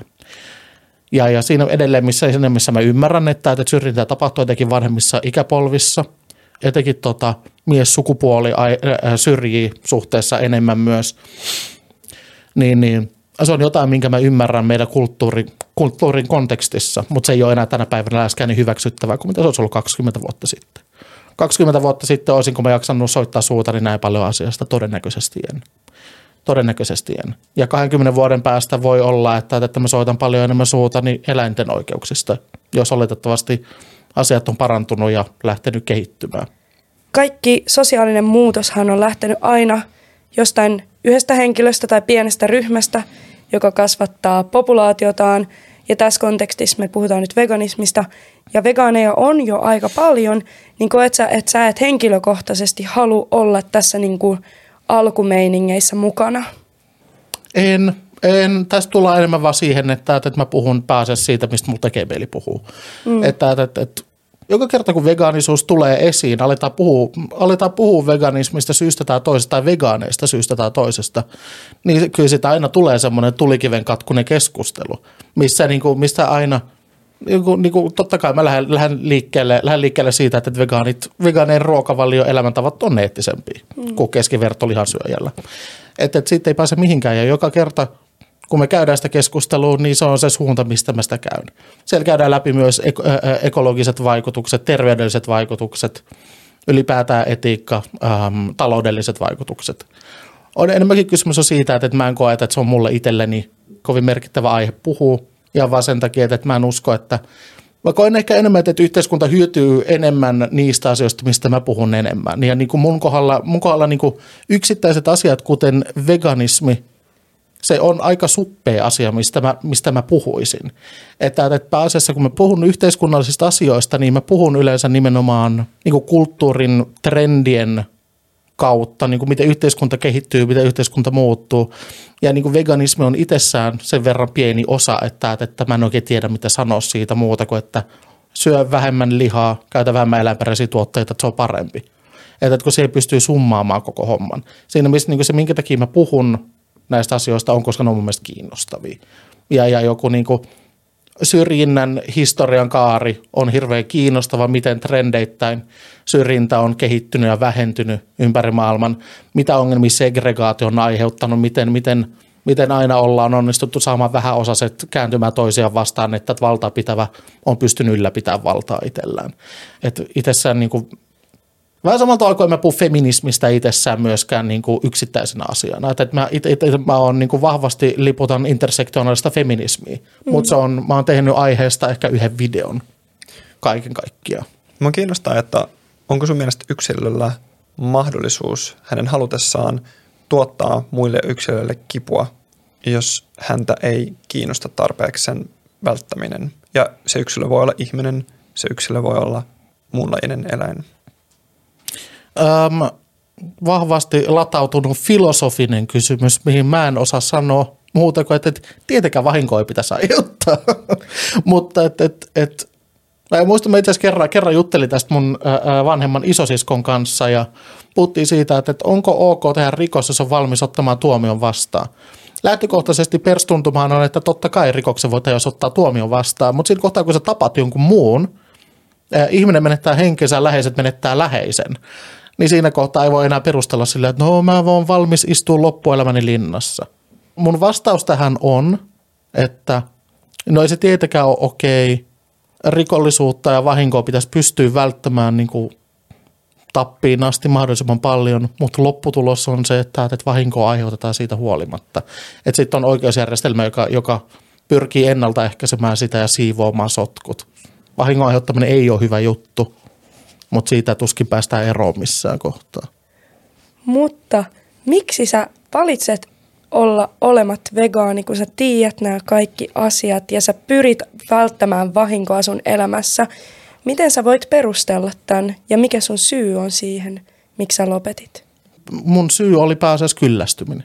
Ja siinä edelleen, missä mä ymmärrän, että syrjintää tapahtuu etenkin vanhemmissa ikäpolvissa, etenkin miessukupuoli syrjii suhteessa enemmän myös, niin se on jotain, minkä mä ymmärrän meidän kulttuurin kontekstissa, mutta se ei ole enää tänä päivänä läheskään niin hyväksyttävää kuin mitä se olisi ollut 20 vuotta sitten. 20 vuotta sitten olisinko mä jaksanut soittaa suutani näin paljon asiasta? Todennäköisesti en. Ja 20 vuoden päästä voi olla, että mä soitan paljon enemmän suutani eläinten oikeuksista, jos oletettavasti asiat on parantunut ja lähtenyt kehittymään. Kaikki sosiaalinen muutoshan on lähtenyt aina jostain yhdestä henkilöstä tai pienestä ryhmästä, joka kasvattaa populaatiotaan. Ja tässä kontekstissa me puhutaan nyt veganismista. Ja vegaaneja on jo aika paljon, niin koet sä, että sä et henkilökohtaisesti halua olla tässä niin kuin alkumeiningeissä mukana? En. Tästä tullaan enemmän vaan siihen, että mä puhun pääasiassa siitä, mistä mulla tekee mieli puhua. Että joka kerta, kun vegaanisuus tulee esiin, aletaan puhua veganismista syystä tai toisesta tai vegaaneista syystä tai toisesta, niin kyllä sitä aina tulee semmoinen tulikiven katkunen keskustelu, mistä aina totta kai mä lähden liikkeelle siitä, että vegaanien ruokavalio elämäntavat on eettisempiä kuin keskivertolihansyöjällä. Että siitä ei pääse mihinkään ja joka kerta, kun me käydään sitä keskustelua, niin se on se suunta, mistä mä sitä käyn. Siellä käydään läpi myös ekologiset vaikutukset, terveydelliset vaikutukset, ylipäätään etiikka, taloudelliset vaikutukset. On enemmänkin kysymys on siitä, että mä en koe, että se on mulle itselleni kovin merkittävä aihe puhua. Ja vaan sen takia, että mä en usko, että mä koen ehkä enemmän, että yhteiskunta hyötyy enemmän niistä asioista, mistä mä puhun enemmän. Ja niin kuin mun kohdalla niin kuin yksittäiset asiat, kuten veganismi, se on aika suppea asia, mistä mä puhuisin. Että pääasiassa, kun mä puhun yhteiskunnallisista asioista, niin mä puhun yleensä nimenomaan niin kuin kulttuurin trendien kautta, niin kuin miten yhteiskunta kehittyy, miten yhteiskunta muuttuu. Ja niin kuin veganismi on itsessään sen verran pieni osa, että mä en oikein tiedä, mitä sanoa siitä muuta kuin, että syö vähemmän lihaa, käytä vähemmän eläinperäisiä tuotteita, että se on parempi. Että kun se ei pystyy summaamaan koko homman. Siinä missä niin kuin se, minkä takia mä puhun näistä asioista, on, koska ne on mun mielestä kiinnostavia. Ja joku niin kuin syrjinnän historian kaari on hirveän kiinnostava, miten trendeittäin syrjintä on kehittynyt ja vähentynyt ympäri maailman, mitä ongelmia segregaatio on aiheuttanut, miten aina ollaan onnistuttu saamaan vähäosaiset kääntymään toisiaan vastaan, että valtaapitävä on pystynyt ylläpitämään valtaa itsellään. Että itsessään niin kuin, vähän samalta aikaa mä puhun feminismistä itsessään myöskään niin kuin yksittäisenä asiana. Että mä oon niin kuin vahvasti liputan intersektionaalista feminismiä, mutta mä oon tehnyt aiheesta ehkä yhden videon kaiken kaikkiaan. Mua kiinnostaa, että onko sun mielestä yksilöllä mahdollisuus hänen halutessaan tuottaa muille yksilöille kipua, jos häntä ei kiinnosta tarpeeksi sen välttäminen. Ja se yksilö voi olla ihminen, se yksilö voi olla muunlajinen eläin. Vahvasti latautunut filosofinen kysymys, mihin mä en osaa sanoa muuta kuin, että tietenkään vahinkoa ei pitäisi aiheuttaa. Mutta mä muistan, mä itse asiassa kerran juttelin tästä mun vanhemman isosiskon kanssa ja puhuttiin siitä, että onko ok tehdä rikos, jos on valmis ottamaan tuomion vastaan. Lähtökohtaisesti perstuntumaan on, että totta kai rikoksen voi tehdä, jos ottaa tuomion vastaan, mutta siinä kohtaa, kun sä tapat jonkun muun, ihminen menettää henkensä, läheiset menettää läheisen, niin siinä kohtaa ei voi enää perustella sillä, että no mä voin valmis istua loppuelämäni linnassa. Mun vastaus tähän on, että no ei se tietenkään ole okei. Rikollisuutta ja vahinkoa pitäisi pystyä välttämään niin kuin tappiin asti mahdollisimman paljon, mutta lopputulos on se, että vahinkoa aiheutetaan siitä huolimatta. Että sitten on oikeusjärjestelmä, joka pyrkii ennaltaehkäisemään sitä ja siivoamaan sotkut. Vahingon aiheuttaminen ei ole hyvä juttu, mutta siitä tuskin päästään eroon missään kohtaa. Mutta miksi sä valitset olla olematta vegaani, kun sä tiedät nämä kaikki asiat ja sä pyrit välttämään vahinkoa sun elämässä? Miten sä voit perustella tämän ja mikä sun syy on siihen, miksi sä lopetit? Mun syy oli pääasiassa kyllästyminen.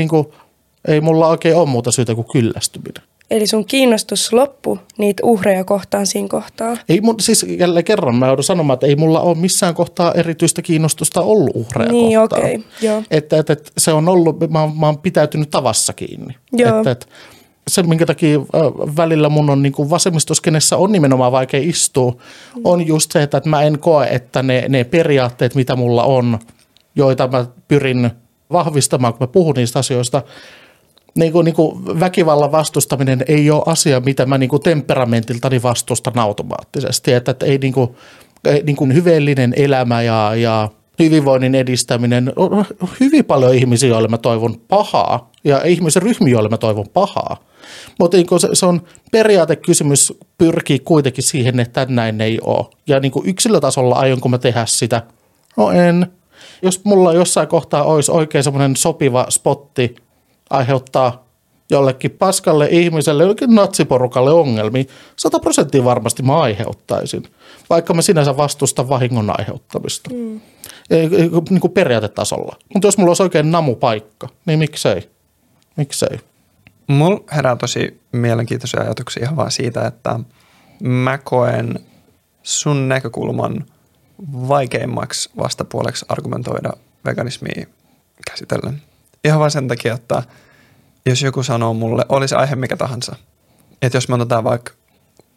Ei mulla oikein ole muuta syytä kuin kyllästyminen. Eli sun kiinnostus loppui niitä uhreja kohtaan siinä kohtaa? Siis jälleen kerran mä joudun sanomaan, että ei mulla ole missään kohtaa erityistä kiinnostusta ollut uhreja niin, kohtaan. Okei, joo. Että se on ollut, mä oon pitäytynyt tavassa kiinni. Joo. Että se, minkä takia välillä mun on niin kuin vasemmistoskenessä on nimenomaan vaikea istua, on just se, että mä en koe, että ne periaatteet, mitä mulla on, joita mä pyrin vahvistamaan, kun mä puhun niistä asioista, niin kuin väkivallan vastustaminen ei ole asia, mitä mä niin kuin temperamentiltani vastustan automaattisesti. Että ei niin kuin hyveellinen elämä ja hyvinvoinnin edistäminen on hyvin paljon ihmisiä, joille mä toivon pahaa ja ihmisryhmiä, joille mä toivon pahaa. Mutta niin se on periaatekysymys pyrkii kuitenkin siihen, että näin ei ole. Ja niin kuin yksilötasolla aionko mä tehdä sitä? No en. Jos mulla jossain kohtaa olisi oikein semmoinen sopiva spotti aiheuttaa jollekin paskalle ihmiselle, jollekin natsiporukalle ongelmia, 100% varmasti mä aiheuttaisin, vaikka mä sinänsä vastustan vahingon aiheuttamista. Niin kuin periaatetasolla. Mutta jos mulla olisi oikein namupaikka, niin miksei? Mulla herää tosi mielenkiintoisia ajatuksia ihan vaan siitä, että mä koen sun näkökulman vaikeimmaksi vastapuoleksi argumentoida veganismia käsitellen. Ihan vain sen takia, että jos joku sanoo mulle, olisi aihe mikä tahansa, että jos me otetaan vaikka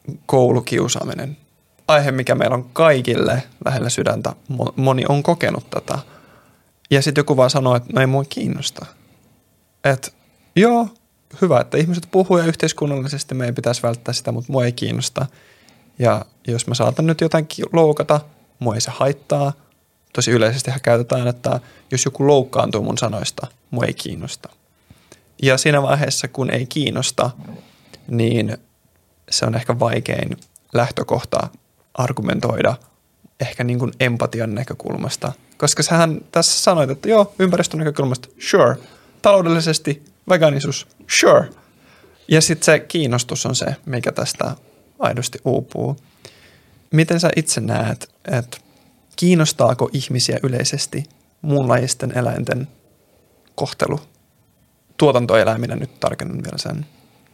koulukiusaaminen. Aihe, mikä meillä on kaikille lähellä sydäntä. Moni on kokenut tätä. Ja sitten joku vaan sanoo, että no ei mua kiinnosta. Että joo, hyvä, että ihmiset puhuu ja yhteiskunnallisesti me ei pitäisi välttää sitä, mutta mua ei kiinnosta. Ja jos mä saatan nyt jotakin loukata, mua ei se haittaa. Tosi yleisestihän käytetään, että jos joku loukkaantuu mun sanoista, mua ei kiinnosta. Ja siinä vaiheessa, kun ei kiinnosta, niin se on ehkä vaikein lähtökohta argumentoida ehkä niin kuin empatian näkökulmasta. Koska sähän tässä sanoit, että joo, ympäristön näkökulmasta, sure. Taloudellisesti, vegaanisuus, sure. Ja sitten se kiinnostus on se, mikä tästä aidosti uupuu. Miten sä itse näet, että kiinnostaako ihmisiä yleisesti muunlajisten eläinten kohtelu? Tuotantoeläiminä nyt tarkennan vielä sen.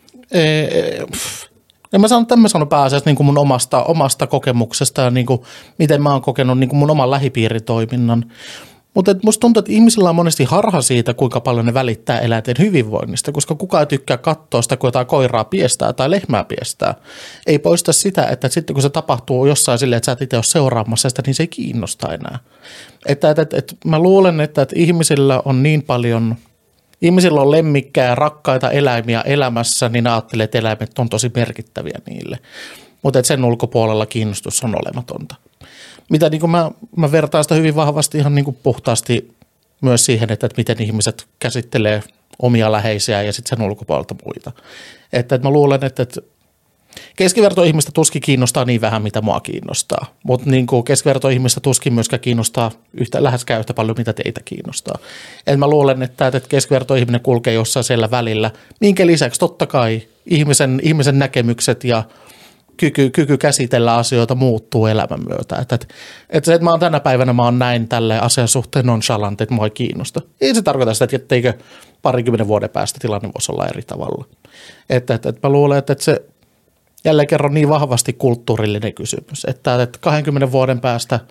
En mä sano pääasiassa niin kuin mun omasta kokemuksesta ja niin kuin, miten mä oon kokenut niin kuin mun oman lähipiiritoiminnan. Mutta musta tuntuu, että ihmisillä on monesti harha siitä, kuinka paljon ne välittää eläinten hyvinvoinnista, koska kukaan ei tykkää katsoa sitä, kun jotain koiraa piestää tai lehmää piestää. Ei poista sitä, että sitten kun se tapahtuu jossain silleen, että sä et itse ole seuraamassa sitä, niin se ei kiinnosta enää. Että mä luulen, että ihmisillä on niin paljon, ihmisillä on lemmikkejä ja rakkaita eläimiä elämässä, niin ajattelee, että eläimet on tosi merkittäviä niille. Mutta sen ulkopuolella kiinnostus on olematonta. Mitä niin kuin mä vertaan sitä hyvin vahvasti ihan niin kuin puhtaasti myös siihen, että miten ihmiset käsittelee omia läheisiä ja sitten sen ulkopuolelta muita. Että mä luulen, että keskivertoihmistä tuskin kiinnostaa niin vähän, mitä mua kiinnostaa. Mutta niin kuin keskivertoihmistä tuskin myöskään kiinnostaa läheskään yhtä paljon, mitä teitä kiinnostaa. Et mä luulen, että keskivertoihminen kulkee jossain siellä välillä, minkä lisäksi totta kai ihmisen näkemykset ja kyky käsitellä asioita muuttuu elämän myötä. Että mä oon tänä päivänä näin tälleen asian suhteen nonchalant, että mua ei kiinnosta. Ei se tarkoita sitä, että etteikö 20 vuoden päästä tilanne voisi olla eri tavalla. Että mä luulen, että se jälleen kerran niin vahvasti kulttuurillinen kysymys. Että 20 vuoden päästä,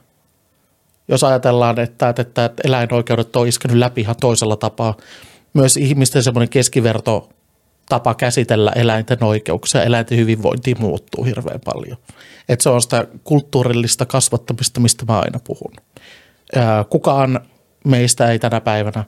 jos ajatellaan, että eläinoikeudet on iskenyt läpi ihan toisella tapaa, myös ihmisten semmoinen keskiverto tapa käsitellä eläinten oikeuksia, eläinten hyvinvointia muuttuu hirveän paljon. Että se on sitä kulttuurillista kasvattamista, mistä mä aina puhun. Kukaan meistä ei tänä päivänä,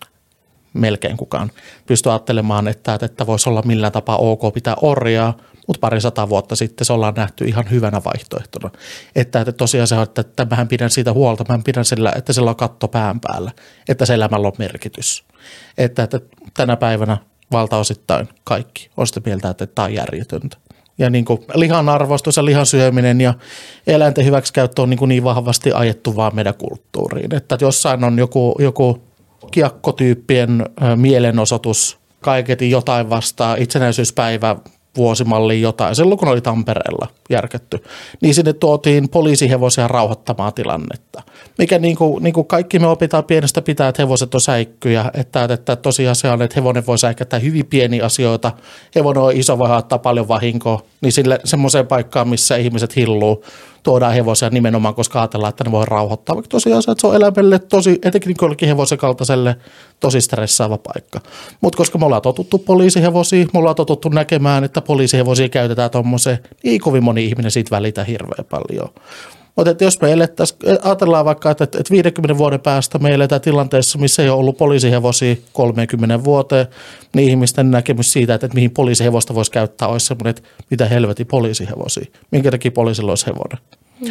melkein kukaan, pysty ajattelemaan, että voisi olla millään tapaa ok pitää orjaa, mutta 200 vuotta sitten se ollaan nähty ihan hyvänä vaihtoehtona. Että tosiaan se on, että mähän pidän siitä huolta, mä pidän sillä, että sillä on katto pään päällä, että se elämällä on merkitys. Että tänä päivänä valtaosittain kaikki on sitä mieltä, että tämä on järjetöntä. Ja niin kuin lihan arvostus ja lihan syöminen ja eläinten hyväksikäyttö on niin vahvasti ajettu vaan meidän kulttuuriin. Että jossain on joku kiakkotyyppien mielenosoitus, kaiketin jotain vastaan, itsenäisyyspäivä, vuosimalliin jotain, silloin kun oli Tampereella järkätty, niin sinne tuotiin poliisihevosia rauhoittamaan tilannetta. Mikä niin kuin kaikki me opitaan pienestä pitää, että hevoset on säikkyjä, että tosiasia on, että hevonen voi säikättää hyvin pieniä asioita, hevonen on iso, voi ottaa paljon vahinkoa, niin sille semmoiseen paikkaan, missä ihmiset hilluu, tuodaan hevosia nimenomaan, koska ajatellaan, että ne voi rauhoittaa. Vaikka tosiaan se on eläimelle tosi, etenkin jollekin hevosen kaltaiselle, tosi stressaava paikka. Mutta koska me ollaan totuttu poliisihevosiin, me ollaan totuttu näkemään, että poliisihevosia käytetään tommoseen, niin ei kovin moni ihminen siitä välitä hirveän paljon. Mutta jos me ajatellaan vaikka, että 50 vuoden päästä me eletään tilanteessa, missä ei ole ollut poliisihevosia 30 vuoteen, niin ihmisten näkemys siitä, että mihin poliisihevosta voisi käyttää, olisi semmoinen, että mitä helvetin poliisihevosia, minkä takia poliisilla olisi hevonen.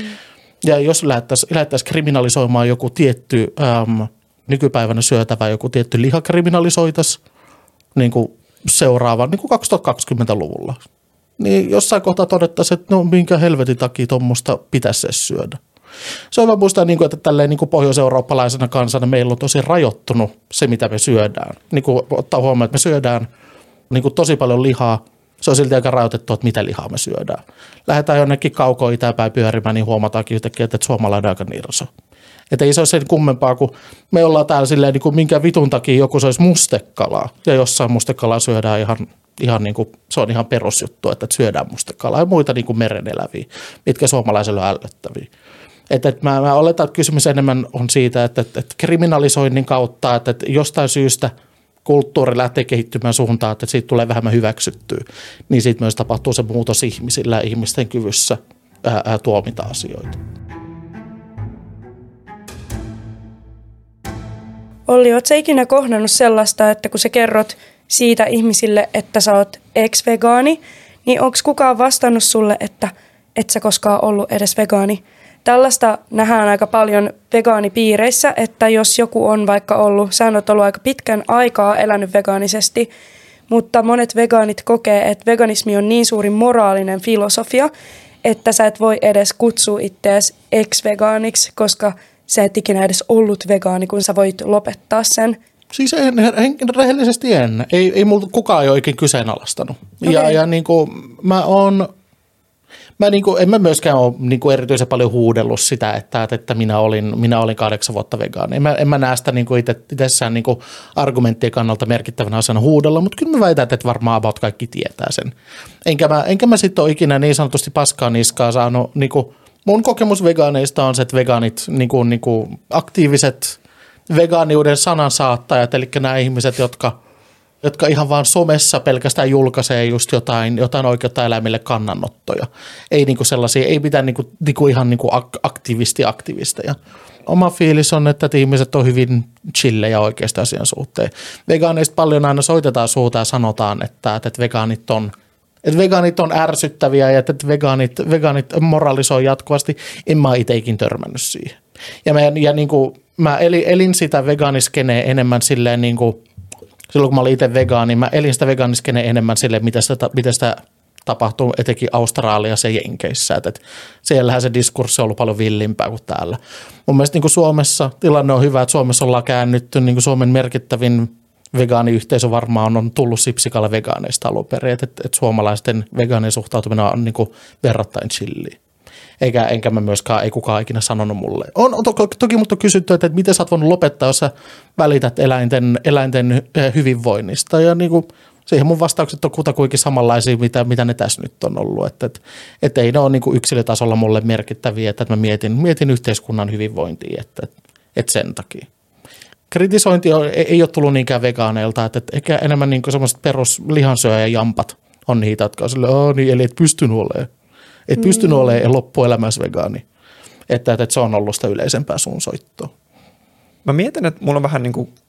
Ja jos lähdettäisiin kriminalisoimaan joku tietty nykypäivänä syötävä, joku tietty liha kriminalisoitaisiin niin kuin seuraavan, niin kuin 2020-luvulla, niin jossain kohtaa todettaisiin, että no minkä helvetin takia tuommoista pitäisi edes syödä. Se on hyvä muistaa, että tälleen pohjois-eurooppalaisena kansana meillä on tosi rajoittunut se, mitä me syödään. Ottaa huomioon, että me syödään tosi paljon lihaa. Se on silti aika rajoitettu, että mitä lihaa me syödään. Lähdetään jonnekin kaukoon itäänpäin pyörimään, niin huomataankin yhtäkkiä, että suomalainen on aika nirso. Että ei se ole sen kummempaa, kun me ollaan täällä silleen, minkä vitun takia joku söisi mustekalaa. Ja jossain mustekalaa syödään ihan niin kuin, se on ihan perusjuttu, että syödään mustekalaa ja muita niin kuin mereneläviä, mitkä suomalaisille on ällöttäviä. Että mä oletan, että kysymys enemmän on siitä, että kriminalisoinnin kautta, että jostain syystä kulttuuri lähtee kehittymään suuntaan, että siitä tulee vähemmän hyväksyttyä, niin siitä myös tapahtuu se muutos ihmisillä ja ihmisten kyvyssä tuomita asioita. Olli, ootko sä ikinä kohdannut sellaista, että kun sä kerrot siitä ihmisille, että sä oot ex-vegaani, niin onko kukaan vastannut sulle, että et sä koskaan ollut edes vegaani? Tällaista nähdään aika paljon vegaanipiireissä, että jos joku on vaikka ollut, sä oot ollut aika pitkän aikaa elänyt vegaanisesti, mutta monet vegaanit kokee, että veganismi on niin suuri moraalinen filosofia, että sä et voi edes kutsua itseäsi ex-vegaaniksi, koska sä et ikinä edes ollut vegaani, kun sä voit lopettaa sen. Siis rehellisesti en. Ei mulla kukaan ei oikein kyseenalaistanut. Okay. Ja niin kuin en mä myöskään ole niin kuin erityisen paljon huudellut sitä, että minä olin 8 vuotta vegaani. En mä näe sitä niin kuin itsessään niin kuin argumenttien kannalta merkittävänä asiana huudella, mutta kyllä mä väitän, että varmaan about kaikki tietää sen. Enkä mä sitten ole ikinä niin sanotusti paskaa niskaa saanut. Niin kuin mun kokemus vegaaneista on se, että vegaanit, niin kuin aktiiviset vegaaniuden sanansaattajat, eli nämä ihmiset, jotka ihan vaan somessa pelkästään julkaisee just jotain oikeutta eläimille kannanottoja. Ei niinku sellaisia, ei mitään niinku ihan niinku aktivisteja. Oma fiilis on, että ihmiset on hyvin chillejä oikeasta asian suhteen. Vegaaneista paljon aina soitetaan suuta ja sanotaan, että vegaanit on ärsyttäviä ja että vegaanit moralisoi jatkuvasti. En mä itsekin törmännyt siihen. Mä elin sitä vegaaniskeneen enemmän silleen niin kuin, silloin kun mä olin itse vegaani, mä elin sitä vegaaniskeneen enemmän silleen, mitä sitä tapahtuu etenkin Australiassa ja Jenkeissä. Että siellähän se diskurssi on ollut paljon villimpää kuin täällä. Mun mielestä niin kuin Suomessa tilanne on hyvä, että Suomessa ollaan käännytty, niin kuin Suomen merkittävin vegaaniyhteisö varmaan on tullut Sipsikalle vegaaneista alun perin, että suomalaisten vegaanien suhtautuminen on niin kuin verrattain chilliä. Enkä mä myöskään, ei kukaan ikinä sanonut mulle. Toki mut on kysytty, että miten sä oot voinut lopettaa, jos sä välität eläinten hyvinvoinnista. Ja niin kuin, siihen mun vastaukset on kutakuinkin samanlaisia, mitä ne tässä nyt on ollut. Että ei ne ole niin kuin yksilötasolla mulle merkittäviä, että mä mietin yhteiskunnan hyvinvointia, että sen takia. Kritisointi ei ole tullut niinkään vegaaneilta, että ehkä enemmän niin kuin semmoiset peruslihansyöjäjampat on niitä, jotka on silleen, niin, eli et pystynyt olemaan. Et pystynyt olemaan loppuelämässä vegaani. Että se on ollut sitä yleisempää suun soittoa. Mä mietin, että mulla on vähän niin kuin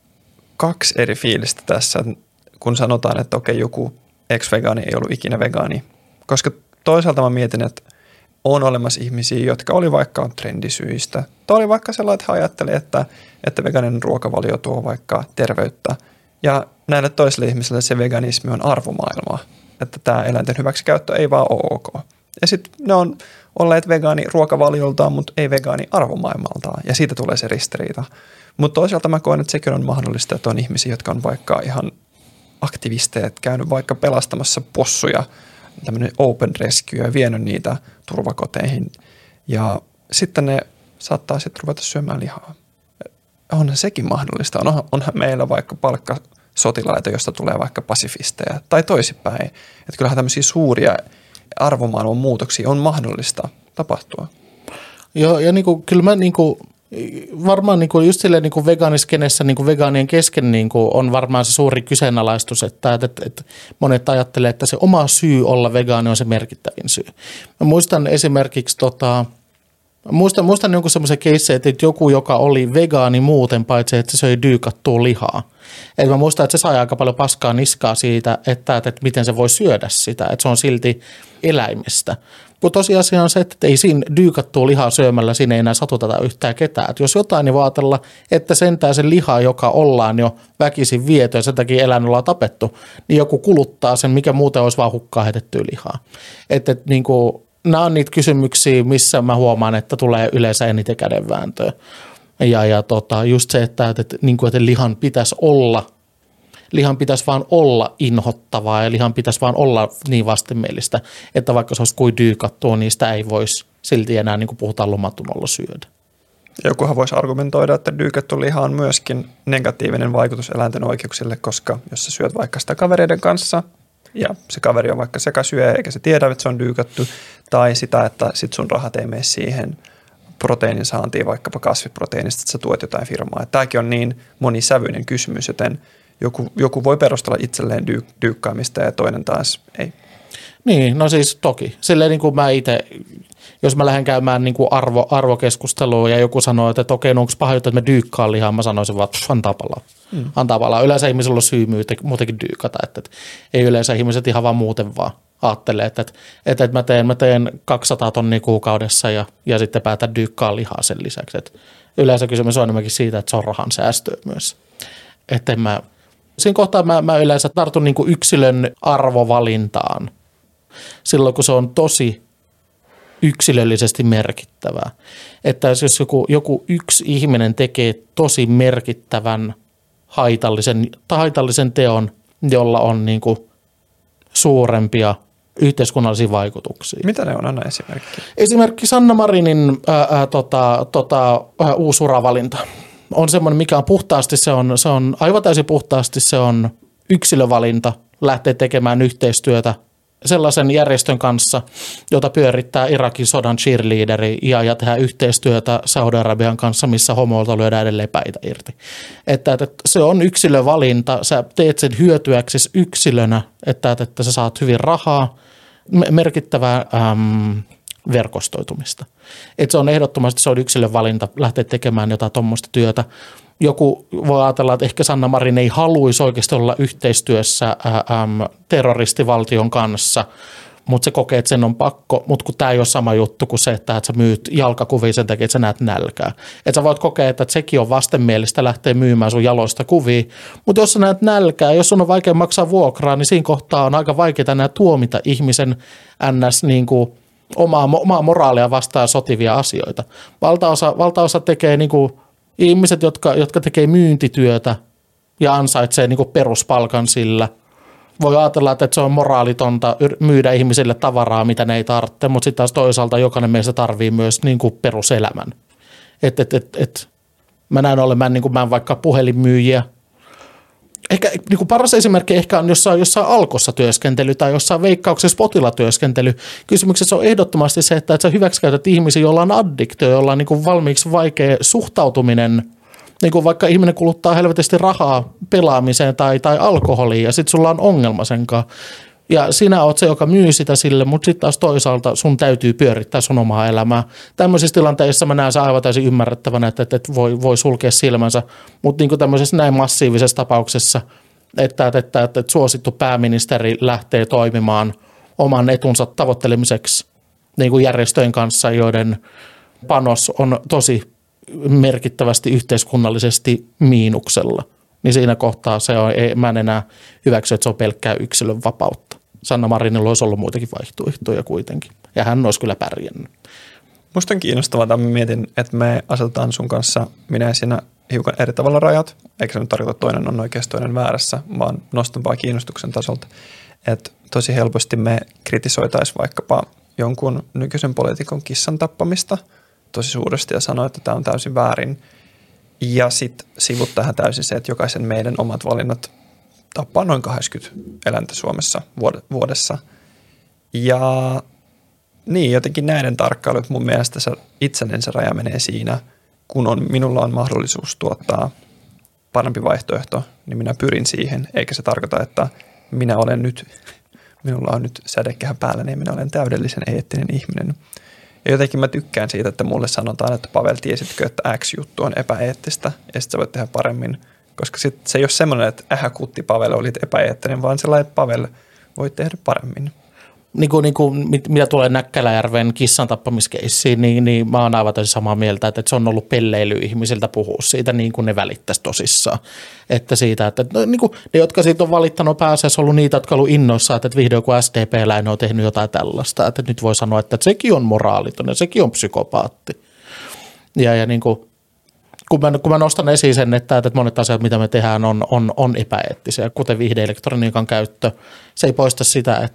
2 eri fiilistä tässä, kun sanotaan, että okei, joku ex-vegaani ei ollut ikinä vegaani. Koska toisaalta mä mietin, että on olemassa ihmisiä, jotka oli vaikka trendisyistä. Tai oli vaikka sellainen, että he ajatteli, että vegaaninen ruokavalio tuo vaikka terveyttä. Ja näille toisille ihmisille se veganismi on arvomaailmaa. Että tämä eläinten hyväksikäyttö ei vaan ole ok. Ja sitten ne on olleet vegaani ruokavalioltaan, mutta ei vegaani arvomaailmaltaan. Ja siitä tulee se ristiriita. Mutta toisaalta mä koen, että sekin on mahdollista, että on ihmisiä, jotka on vaikka ihan aktivisteja, käynyt vaikka pelastamassa possuja, tämmöinen open rescue ja vienyt niitä turvakoteihin. Ja sitten ne saattaa sitten ruveta syömään lihaa. Onhan sekin mahdollista. Onhan meillä vaikka palkkasotilaita, josta tulee vaikka pasifisteja tai toisinpäin. Että kyllähän tämmöisiä suuria arvomaailman muutoksia on mahdollista tapahtua. Joo, ja niinku, kyllä mä niinku, varmaan niinku, just silleen niinku vegaaniskenessä niinku vegaanien kesken niinku, on varmaan se suuri kyseenalaistus, että monet ajattelee, että se oma syy olla vegaani on se merkittävin syy. Mä muistan esimerkiksi muistan jonkun semmoisen keissin, että joku, joka oli vegaani muuten, paitsi että se söi dyykattua lihaa. Et mä muistan, että se sai aika paljon paskaa niskaa siitä, että miten se voi syödä sitä, että se on silti eläimestä. Kun tosiasia on se, että ei siinä dyykattua lihaa syömällä, siinä ei enää satuteta yhtään ketään. Et jos jotain, niin vaatella, että sentään se liha, joka ollaan jo väkisin viety ja sen takia eläin ollaan tapettu, niin joku kuluttaa sen, mikä muuten olisi vaan hukkaan heitettyä lihaa. Että niinku, nämä on niitä kysymyksiä, missä mä huomaan, että tulee yleensä eniten kädenvääntöä. Ja just se, että lihan pitäisi vaan olla inhottavaa ja lihan pitäisi vaan olla niin vastenmielistä, että vaikka se olisi kuin dyykattua, niin sitä ei voisi silti enää, niin kuin puhutaan, lomatunnolla syödä. Jokuhan voisi argumentoida, että dyykattu liha on myöskin negatiivinen vaikutus eläinten oikeuksille, koska jos sä syöt vaikka sitä kavereiden kanssa ja se kaveri on vaikka sekasyöjä eikä se tiedä, että se on dyykattu, tai sitä, että sit sun rahat ei mene siihen proteiinin saantiin vaikkapa kasviproteiinista, että sä tuet jotain firmaa. Tämäkin on niin monisävyinen kysymys, joten joku voi perustella itselleen dyykkaamista ja toinen taas ei. Niin, no siis toki. Silleen niin kuin mä itse, jos mä lähden käymään niin kuin arvokeskustelua ja joku sanoo, että okei, no onko paha juttu, että me dyykkaan lihaa, mä sanoisin vaan, että antaa palaa. Antaa palaa. Yleensä ihmisillä on syy muutenkin dyykata, että ei yleensä ihmiset ihan vaan muuten vaan ajattelee, että mä teen 200 tonnia kuukaudessa ja sitten päätän dyykkaa lihaa sen lisäksi. Että yleensä kysymys on enemmänkin siitä, että se on rahan säästöä myös. Että siinä kohtaa mä yleensä tartun niin kuin yksilön arvovalintaan silloin, kun se on tosi yksilöllisesti merkittävää. Että jos joku yksi ihminen tekee tosi merkittävän haitallisen teon, jolla on niin kuin suurempia yhteiskunnallisia vaikutuksia. Mitä ne on? Anna esimerkki. Esimerkki Sanna Marinin uusi uravalinta on semmoinen, mikä on puhtaasti, se on aivan täysin puhtaasti, se on yksilövalinta lähteä tekemään yhteistyötä sellaisen järjestön kanssa, jota pyörittää Irakin sodan cheerleaderi ja tehdä yhteistyötä Saudi-Arabian kanssa, missä homoilta lyödään edelleen päitä irti. Että se on yksilövalinta, sä teet sen hyötyäksesi yksilönä, että sä saat hyvin rahaa, merkittävää verkostoitumista. Että se on ehdottomasti se on yksilövalinta lähteä tekemään jotain tuommoista työtä. Joku voi ajatella, että ehkä Sanna Marin ei haluaisi oikeasti olla yhteistyössä terroristivaltion kanssa, mutta se kokee, että sen on pakko, mutta kun tämä ei ole sama juttu kuin se, että sä myyt jalkakuvia sen takia, että sä näet nälkää. Että sä voit kokea, että sekin on vastenmielistä lähteä myymään sun jaloista kuvia, mutta jos sä näet nälkää, jos sun on vaikea maksaa vuokraa, niin siinä kohtaa on aika vaikeaa enää tuomita ihmisen ns. Niin kuin omaa moraalia vastaan sotivia asioita. Valtaosa tekee niin kuin ihmiset, jotka tekee myyntityötä ja ansaitsee niin kuin peruspalkan sillä. Voi ajatella, että se on moraalitonta myydä ihmisille tavaraa, mitä ne ei tarvitse, mutta sitten taas toisaalta jokainen meistä tarvitsee myös niin kuin peruselämän. Mä näin ollen, mä en vaikka puhelinmyyjiä. Ehkä niin kuin paras esimerkki ehkä on jossain Alkossa työskentely tai jossain Veikkauksessa potilatyöskentely. Kysymyksessä on ehdottomasti se, että sä hyväksikäytät ihmisiä, joilla on addiktio, jolla on niin kuin valmiiksi vaikea suhtautuminen. Niin kuin vaikka ihminen kuluttaa helvetisti rahaa pelaamiseen tai alkoholiin ja sitten sulla on ongelma senkaan. Ja sinä oot se, joka myy sitä sille, mutta sitten taas toisaalta sun täytyy pyörittää sun omaa elämää. Tämmöisissä tilanteissa mä näen se aivan täysin ymmärrettävänä, että voi sulkea silmänsä, mutta niin kuin tämmöisessä näin massiivisessa tapauksessa, että suosittu pääministeri lähtee toimimaan oman etunsa tavoittelemiseksi niin kuin järjestöjen kanssa, joiden panos on tosi merkittävästi yhteiskunnallisesti miinuksella, niin siinä kohtaa mä en enää hyväksy, että se on pelkkää yksilön vapautta. Sanna Marinilla olisi ollut muitakin vaihtoehtoja kuitenkin, ja hän olisi kyllä pärjännyt. Musta on kiinnostavaa, että mä mietin, että me asetetaan sun kanssa minä ja sinä hiukan eri tavalla rajat, eikä se nyt tarkoita, että toinen on oikeasti toinen väärässä, vaan nostan vaan kiinnostuksen tasolta. Että tosi helposti me kritisoitaisiin vaikkapa jonkun nykyisen poliitikon kissan tappamista tosi suuresti ja sanoa, että tämä on täysin väärin. Ja sitten sivut tähän täysin se, että jokaisen meidän omat valinnat tappaa noin 80 eläintä Suomessa vuodessa. Ja niin, jotenkin näiden tarkkailut mun mielestä se itselleni se raja menee siinä, kun minulla on mahdollisuus tuottaa parempi vaihtoehto, niin minä pyrin siihen, eikä se tarkoita, että minulla on nyt sädekehä päällä, niin minä olen täydellisen eettinen ihminen. Ja jotenkin mä tykkään siitä, että mulle sanotaan, että Pavel, tiesitkö, että X-juttu on epäeettistä ja sitten sä voit tehdä paremmin. Koska sit se ei ole semmoinen, että kutti Pavel, olit epäeettinen, vaan sellainen, että Pavel voi tehdä paremmin. Niin kuin, mitä tulee Näkkäläjärven kissan tappamiskeissiin, niin mä oon aivan täysin samaa mieltä, että se on ollut pelleily ihmisiltä puhua siitä niin kuin ne välittäisi tosissaan. Että siitä, että niin kuin ne, jotka siitä on valittanut pääasiassa, on ollut niitä, jotka on ollut innoissaan, että vihdoin kun SDP-läinen on tehnyt jotain tällaista. Että nyt voi sanoa, että sekin on moraaliton ja sekin on psykopaatti. Ja niin kuin, kun mä nostan esiin sen, että monet asiat, mitä me tehdään, on epäeettisiä, kuten viihdeelektroniikan käyttö. Se ei poista sitä,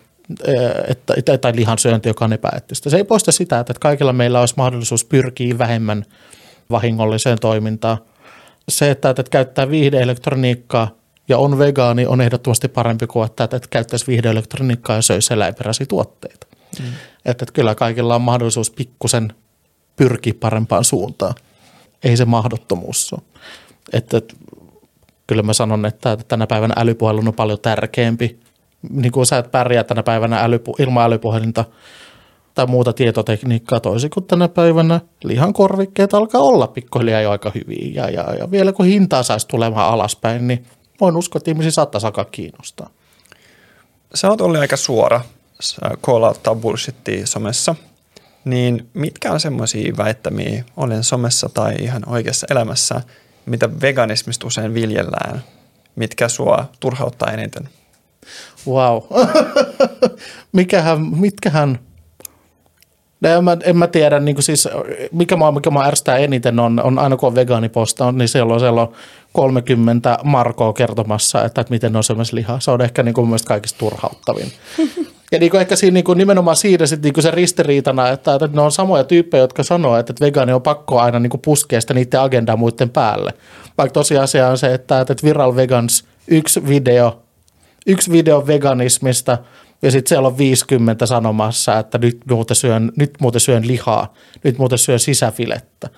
tai lihansyönti, joka on epäeettistä. Se ei poista sitä, että kaikilla meillä olisi mahdollisuus pyrkiä vähemmän vahingolliseen toimintaan. Se, että käyttää viihdeelektroniikkaa ja on vegaani, on ehdottomasti parempi kuin, että käyttäisi viihdeelektroniikkaa ja söisi eläinperäisiä tuotteita. Että kyllä kaikilla on mahdollisuus pikkusen pyrkiä parempaan suuntaan. Ei se mahdottomuus ole. Että kyllä mä sanon, että tänä päivänä älypuhelin on paljon tärkeämpi. Niin kuin sä et pärjää tänä päivänä ilman älypuhelinta tai muuta tietotekniikkaa, toisin kuin tänä päivänä lihankorvikkeet alkaa olla pikkuhiljaa jo aika hyviä. Ja vielä kun hintaa saisi tulemaan alaspäin, niin voin uskoa, että ihmisiä saattaisi alkaa kiinnostaa. Sä oot ollut aika suora, call outtaa bullshittia somessa. Niin mitkä on semmoisia väittämiä, olen somessa tai ihan oikeassa elämässä, mitä veganismista usein viljellään, mitkä sua turhauttaa eniten? Wow. mitkähän en mä tiedä, niin siis, mikä mä ärsyttää eniten on aina kun on vegaaniposta, niin siellä on 30 markoa kertomassa, että miten on semmoista lihaa. Se on ehkä niin kuin mun mielestä kaikista turhauttavin. Ja niin kuin ehkä siinä, niin kuin nimenomaan siinä sit, niin kuin se ristiriitana, että ne on samoja tyyppejä, jotka sanoo, että vegaani on pakko aina niin kuin puskea sitä niiden agendaa muiden päälle. Vaikka tosiasia on se, että Viral Vegans yksi video veganismista, ja sitten siellä on 50 sanomassa, että nyt muuten syön lihaa, nyt muuten syön sisäfilettä.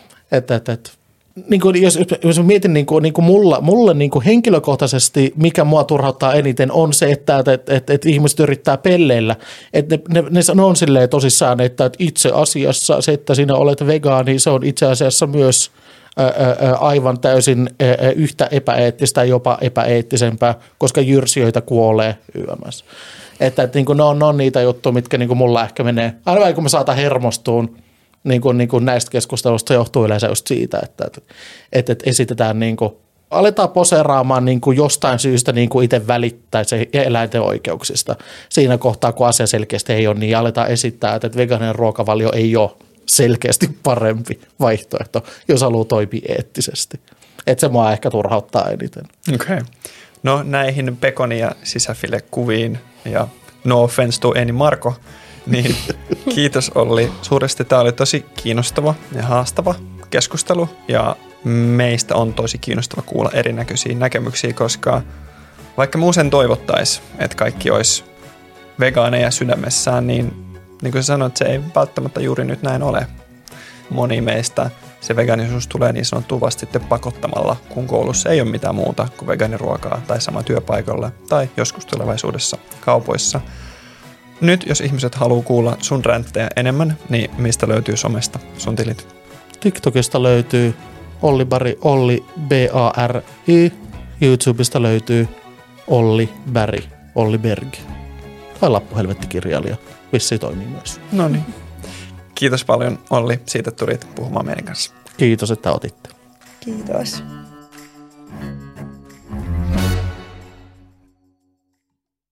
Niin kuin jos mietin niin kuin mulle niin kuin henkilökohtaisesti, mikä mua turhauttaa eniten, on se, että ihmiset yrittää pelleillä. Että ne on silleen tosissaan, että itse asiassa se, että sinä olet vegaani, se on itse asiassa myös aivan täysin yhtä epäeettistä, jopa epäeettisempää, koska jyrsijöitä kuolee yömässä. Että niin kuin ne on niitä juttuja, mitkä niin kuin mulla ehkä menee, aina kun mä saatan hermostuun, niin kuin näistä keskustelusta johtuu yleensä just siitä, että esitetään niin kuin, aletaan poseeraamaan niin kuin jostain syystä niin kuin itse välittää se eläinten oikeuksista. Siinä kohtaa, kun asia selkeästi ei ole, niin aletaan esittää, että vegaaninen ruokavalio ei ole selkeästi parempi vaihtoehto, jos haluaa toimia eettisesti. Että se mua ehkä turhauttaa eniten. Okei. No näihin pekoni- ja sisäfilekuviin ja no offense to any Marko, niin kiitos Olli suuresti. Tämä oli tosi kiinnostava ja haastava keskustelu ja meistä on tosi kiinnostava kuulla erinäköisiä näkemyksiä, koska vaikka me usein toivottaisiin, että kaikki olisi vegaaneja sydämessään, niin kuin sanoit, se ei välttämättä juuri nyt näin ole. Moni meistä se vegaanisuus tulee niin sanottavasti pakottamalla, kun koulussa ei ole mitään muuta kuin vegaaniruokaa tai sama työpaikalla tai joskus tulevaisuudessa kaupoissa. Nyt, jos ihmiset haluaa kuulla sun ränttejä enemmän, niin mistä löytyy somesta sun tilit? TikTokista löytyy Olli Bari, Olli B-A-R-I. YouTubesta löytyy Olli Bäri, Olli Berg. Tai Lappuhelvettikirjailija. Vissi toimii myös. No niin. Kiitos paljon Olli, siitä tulit puhumaan meidän kanssa. Kiitos, että otitte. Kiitos.